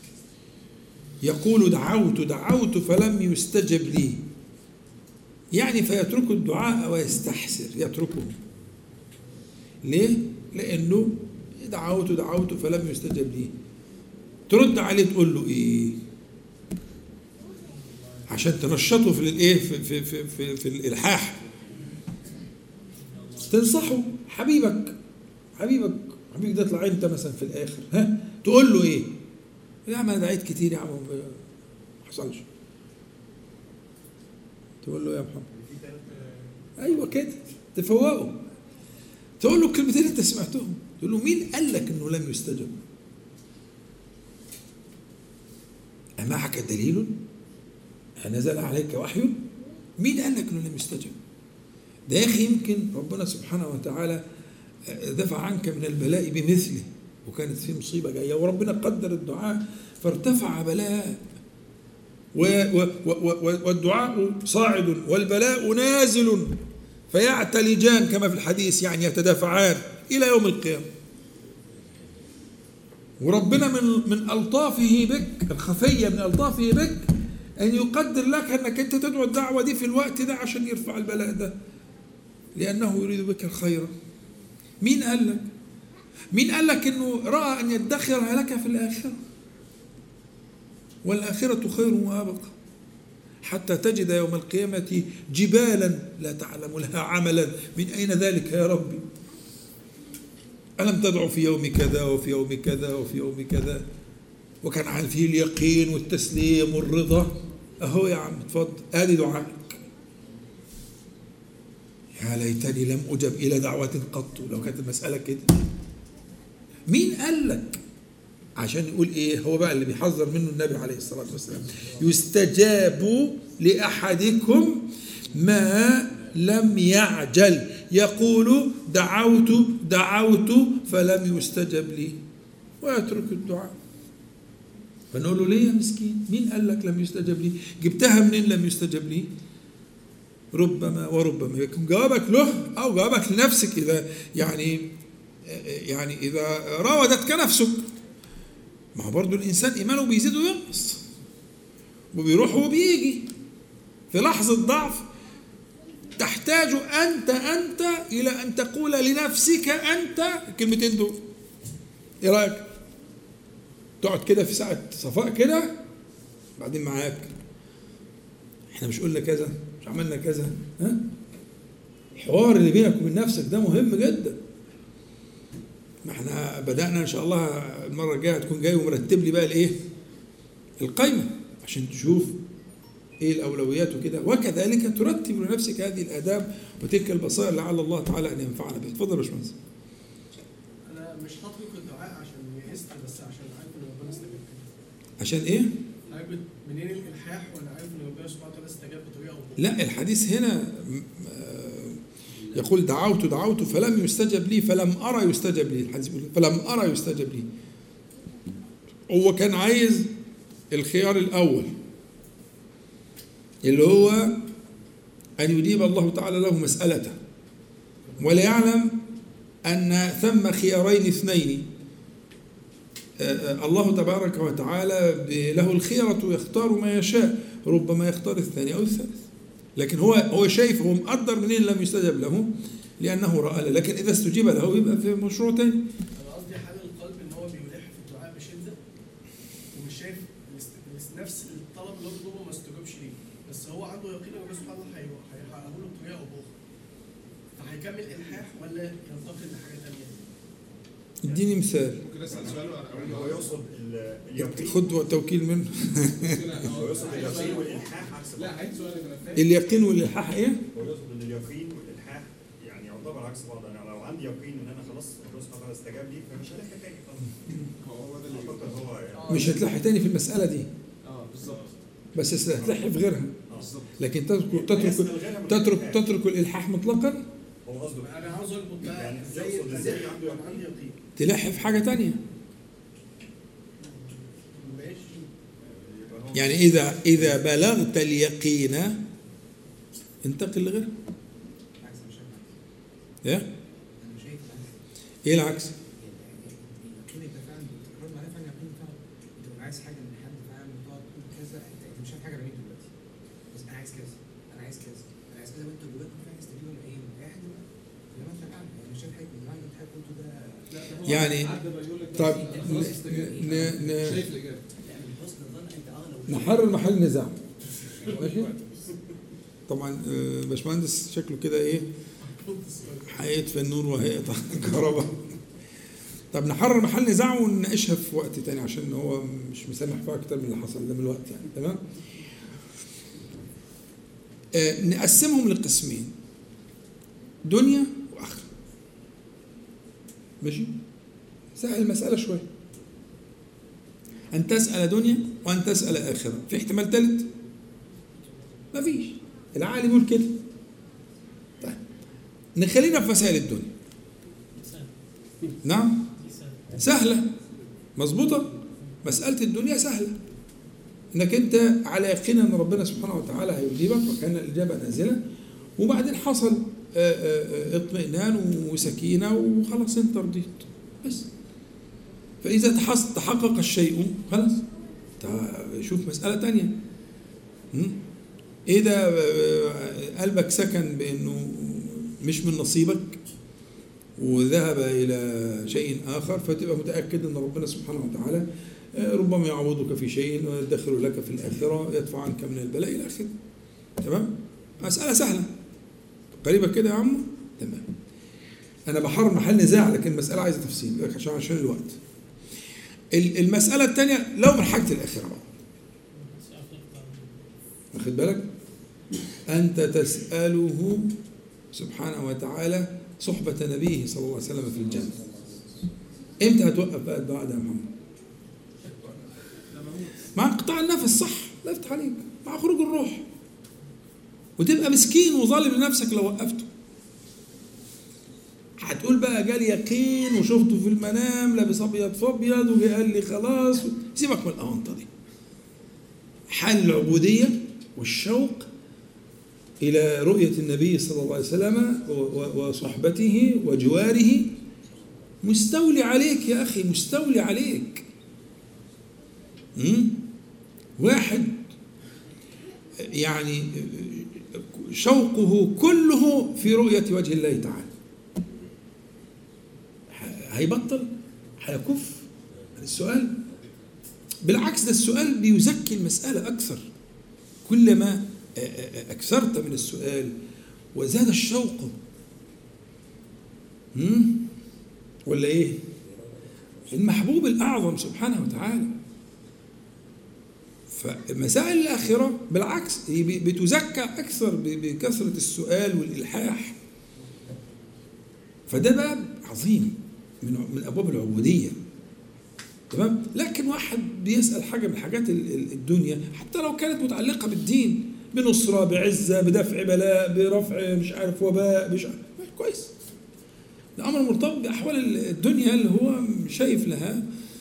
يقول دعوت فلم يستجب لي، يعني فيترك الدعاء ويستحسر، يتركه. ليه؟ لأنه دعوت فلم يستجب لي. ترد عليه تقول له إيه؟ عشان تنشطه في الإيه في الإلحاح، تنصحه. حبيبك ده يطلع أنت مثلا في الآخر، تقول له إيه؟ يا عم أنا دعيت كتير يا عم ما حصلش. تقول له يا محمد أيوة كده، تفوقه، تقول له الكلمتين أنت سمعتهم، تقول له مين قال لك إنه لم يستجب؟ أمعك دليل؟ نزل عليك وحي؟ مين قال لك إنه لم يستجب؟ ده يا أخي يمكن ربنا سبحانه وتعالى دفع عنك من البلاء بمثله، وكانت في مصيبة جاية وربنا قدر الدعاء فارتفع بلاء، والدعاء صاعد والبلاء نازل فيعتلجان كما في الحديث، يعني يتدافعان إلى يوم القيامة. وربنا من ألطافه بك الخفية، من ألطافه بك أن يقدر لك أنك أنت تدعو الدعوة دي في الوقت ده عشان يرفع البلاء ده، لأنه يريد بك الخير. مين قال لك أنه رأى أن يدخرها لك في الآخرة؟ والآخرة خير وأبقى، حتى تجد يوم القيامة جبالا لا تعلم لها عملا، من أين ذلك يا ربي؟ ألم تدعو في يوم كذا وفي يوم كذا وفي يوم كذا وكان فيه اليقين والتسليم والرضا؟ أهو يا عم اتفضل آدي دعائك. يا ليتني لم أجب إلى دعوة قط، لو كانت المسألة كده. مين قال لك؟ عشان يقول إيه؟ هو بقى اللي بيحذر منه النبي عليه الصلاة والسلام، يستجاب لأحدكم ما لم يعجل، يقول دعوت فلم يستجب لي، ويترك الدعاء. فنقول له ليه يا مسكين؟ مين قال لك لم يستجب لي؟ جبتها منين لم يستجب لي؟ ربما وربما يكون جوابك له أو جوابك لنفسك، إذا يعني يعني إذا راودتك نفسك، ما هو برضه الإنسان إيمانه بيزيد وينقص وبيروح وبيجي. في لحظة ضعف تحتاج أنت إلى أن تقول لنفسك أنت الكلمتين دول. إيه رأيك؟ تقعد كده في ساعة صفاء كده، بعدين معاك إحنا مش قلنا كذا، مش عملنا كذا، ها؟ الحوار اللي بينك وبين نفسك ده مهم جدا. ما احنا بدأنا إن شاء الله المرة الجاية هتكون جاي ومرتب لي بقى الإيه؟ القايمة عشان تشوف ايه الاولويات وكده، وكذلك ترتب لنفسك هذه الاداب وتلك البصائر لعل الله تعالى ان ينفعنا بها. اتفضل يا باشمهندس. انا مش هترك الدعاء عشان يئست، بس عشان عارف ان ربنا استجاب. عشان ايه؟ عارف منين الالحاح وانا عارف ان ربنا سبحانه وتعالى استجاب بطريقه او لا، الحديث هنا يقول دعوت فلم يستجب لي فلم ارى يستجب لي. الحديث بيقول فلم ارى يستجب لي. هو كان عايز الخيار الاول اللي هو أن يجيب الله تعالى له مسألته، ولا يعلم أن ثم خيارين اثنين، الله تبارك وتعالى له الخيرة يختار ما يشاء، ربما يختار الثاني أو الثالث، لكن هو شايف، هو مقدر منين لم يستجب له لأنه رأى له، لكن إذا استجيب له يبقى في مشروع تاني. انا قصدي حال القلب ان هو بيلح في الدعاء بشده ومش شايف نفس الطلب اللي هو بيطلبه ما استجابش ليه، بس هو عنده يقين ان ربنا سبحانه وتعالى هيحققه له بطريقه او باخرى، فهيكمل الحاح ولا ينتقل لحاجه ثانيه؟ اديني مثال. ممكن اسال سؤال هو يقصد اليقين، خد توكيل منه. هو يقصد اليقين والالحاح عكس بعض. لا عايز سؤال انا فاهم. اليقين والإلحاح إيه؟ هو يقصد ان اليقين والالحاح يعني يعتبر عكس بعض. انا لو عندي يقين ان انا خلاص ربنا سبحانه وتعالى استجاب لي فمش هلح تاني خلاص. هو ده اللي اعتقد هو يعني مش هتلح تاني في المسألة دي، بالظبط بس هتلح في غيرها، بالظبط. لكن تترك الإلحاح مطلقا. هو قصده انا عاوز اربط بقى يعني زي يقصد ازاي عنده انا عندي يقين. تلح في حاجة تانية. ماشي. يعني إذا بلغت اليقين انتقل لغيره. إيه؟ إيه العكس؟ اليقين انت فعلا بتقرر معرفه عن اليقين فعلا. انت لو عايز حاجه من حد فعلا تقعد تقول كذا، انت مش شايف حاجه بعيد دلوقتي، بس انا عايز كذا، انا عايز كذا، انا عايز كذا، وانت جواك فعلا تستجيب من ايه؟ من اي حد بقى. لما انت فعلا مش شايف حاجه من اللي انت قلته ده. يعني طيب شايف الاجابه. حسن الظن انت لو نحرر محل نزاع. ماشي؟ طبعا باشمهندس شكله كده ايه؟ هيطفي النور وهيقطع الكهرباء. طب نحرر محل نزاع ونناقشها في وقت تاني عشان هو مش مسامح فيها اكتر من اللي حصل ده من الوقت يعني. تمام؟ نقسمهم لقسمين، دنيا واخره. ماشي؟ سهل المسألة شوية. أن تسأل دنيا وأن تسأل آخرة. في احتمال ثالث؟ مفيش. العقل يقول كده. طيب نخلينا في مسائل الدنيا. نعم؟ سهلة. مظبوطة؟ مسألة الدنيا سهلة. إنك أنت على يقين أن ربنا سبحانه وتعالى هيجيبك وكان الإجابة نازلة، وبعدين حصل اطمئنان وسكينة وخلاص أنت رضيت بس. فإذا تحقق الشيء خلاص شوف مسألة تانية. إذا قلبك سكن بأنه مش من نصيبك وذهب إلى شيء آخر، فتبقى متأكد أن ربنا سبحانه وتعالى ربما يعوضك في شيء ويدخر لك في الآخرة، يدفع عنك من البلاء إلى آخره. تمام؟ مسألة سهلة قريبة كده يا عمو. تمام. أنا بحرر محل نزاع لكن المسألة عايزة تفصيل عشان الوقت. المسألة الثانية لو من حاجة الآخرة بقى. واخد بالك؟ أنت تسأله سبحانه وتعالى صحبة نبيه صلى الله عليه وسلم في الجنة. إمتى هتوقف بقى الدعاء ده يا محمد؟ مع انقطاع النفس، صح؟ لا يفتح عليك. مع خروج الروح. وتبقى مسكين وظالم لنفسك لو وقفته. هتقول بقى جالي يقين وشفته في المنام لابس ابيض في ابيض وجي قال لي خلاص. سيبك من الاونطه دي. حال العبوديه والشوق الى رؤيه النبي صلى الله عليه وسلم وصحبته وجواره مستولي عليك يا أخي، مستولي عليك. واحد يعني شوقه كله في رؤية وجه الله تعالى، هيبطل؟ هيكف السؤال؟ بالعكس، ده السؤال بيزكي المسألة أكثر. كلما أكثرت من السؤال وزاد الشوق، ولا إيه؟ المحبوب الأعظم سبحانه وتعالى. فمسائل الآخرة بالعكس هي بتزكى أكثر بكثرة السؤال والإلحاح. فده باب عظيم من أبواب العبودية، تمام؟ لكن واحد بيسأل حاجة من حاجات الدنيا حتى لو كانت متعلقة بالدين، بنصرة، بعزة، بدفع بلاء، برفع مش عارف وباء، مش عارف، كويس، ده أمر مرتبط بأحوال الدنيا اللي هو شايف لها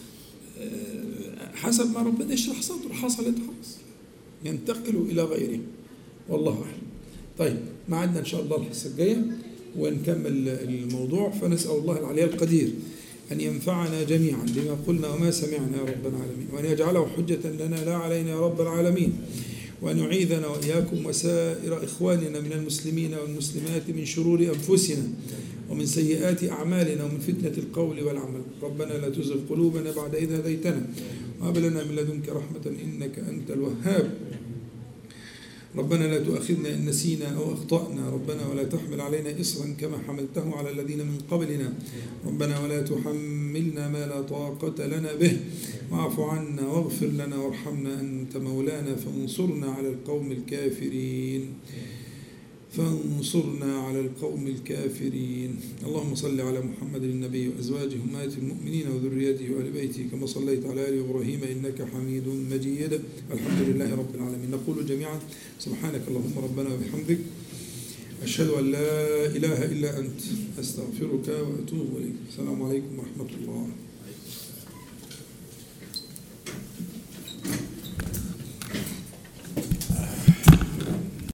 حسب ما ربنا يشرح صدره، حصلت خلاص ينتقل إلى غيره، والله أعلم. طيب ما عندنا إن شاء الله الحصة الجاية ونكمل الموضوع، فنسأل الله العلي القدير أن ينفعنا جميعا بما قلنا وما سمعنا يا رب العالمين، وأن يجعله حجة لنا لا علينا يا رب العالمين، وأن يعيذنا وإياكم وسائر إخواننا من المسلمين والمسلمات من شرور أنفسنا ومن سيئات أعمالنا ومن فتنة القول والعمل. ربنا لا تزغ قلوبنا بعد إذ هديتنا وهب لنا من لدنك رحمة إنك أنت الوهاب. ربنا لا تؤاخذنا إن نسينا أو أخطأنا، ربنا ولا تحمل علينا إصرا كما حملته على الذين من قبلنا، ربنا ولا تحملنا ما لا طاقة لنا به، واعف عنا واغفر لنا وارحمنا أنت مولانا فانصرنا على القوم الكافرين، فانصرنا على القوم الكافرين. اللهم صل على محمد النبي وأزواجه أمهات المؤمنين وذريته وآل بيته كما صليت على آل إبراهيم إنك حميد مجيد. الحمد لله رب العالمين. نقول جميعا سبحانك اللهم ربنا وبحمدك، أشهد أن لا إله إلا أنت، أستغفرك وأتوب إليك. السلام عليكم ورحمة الله.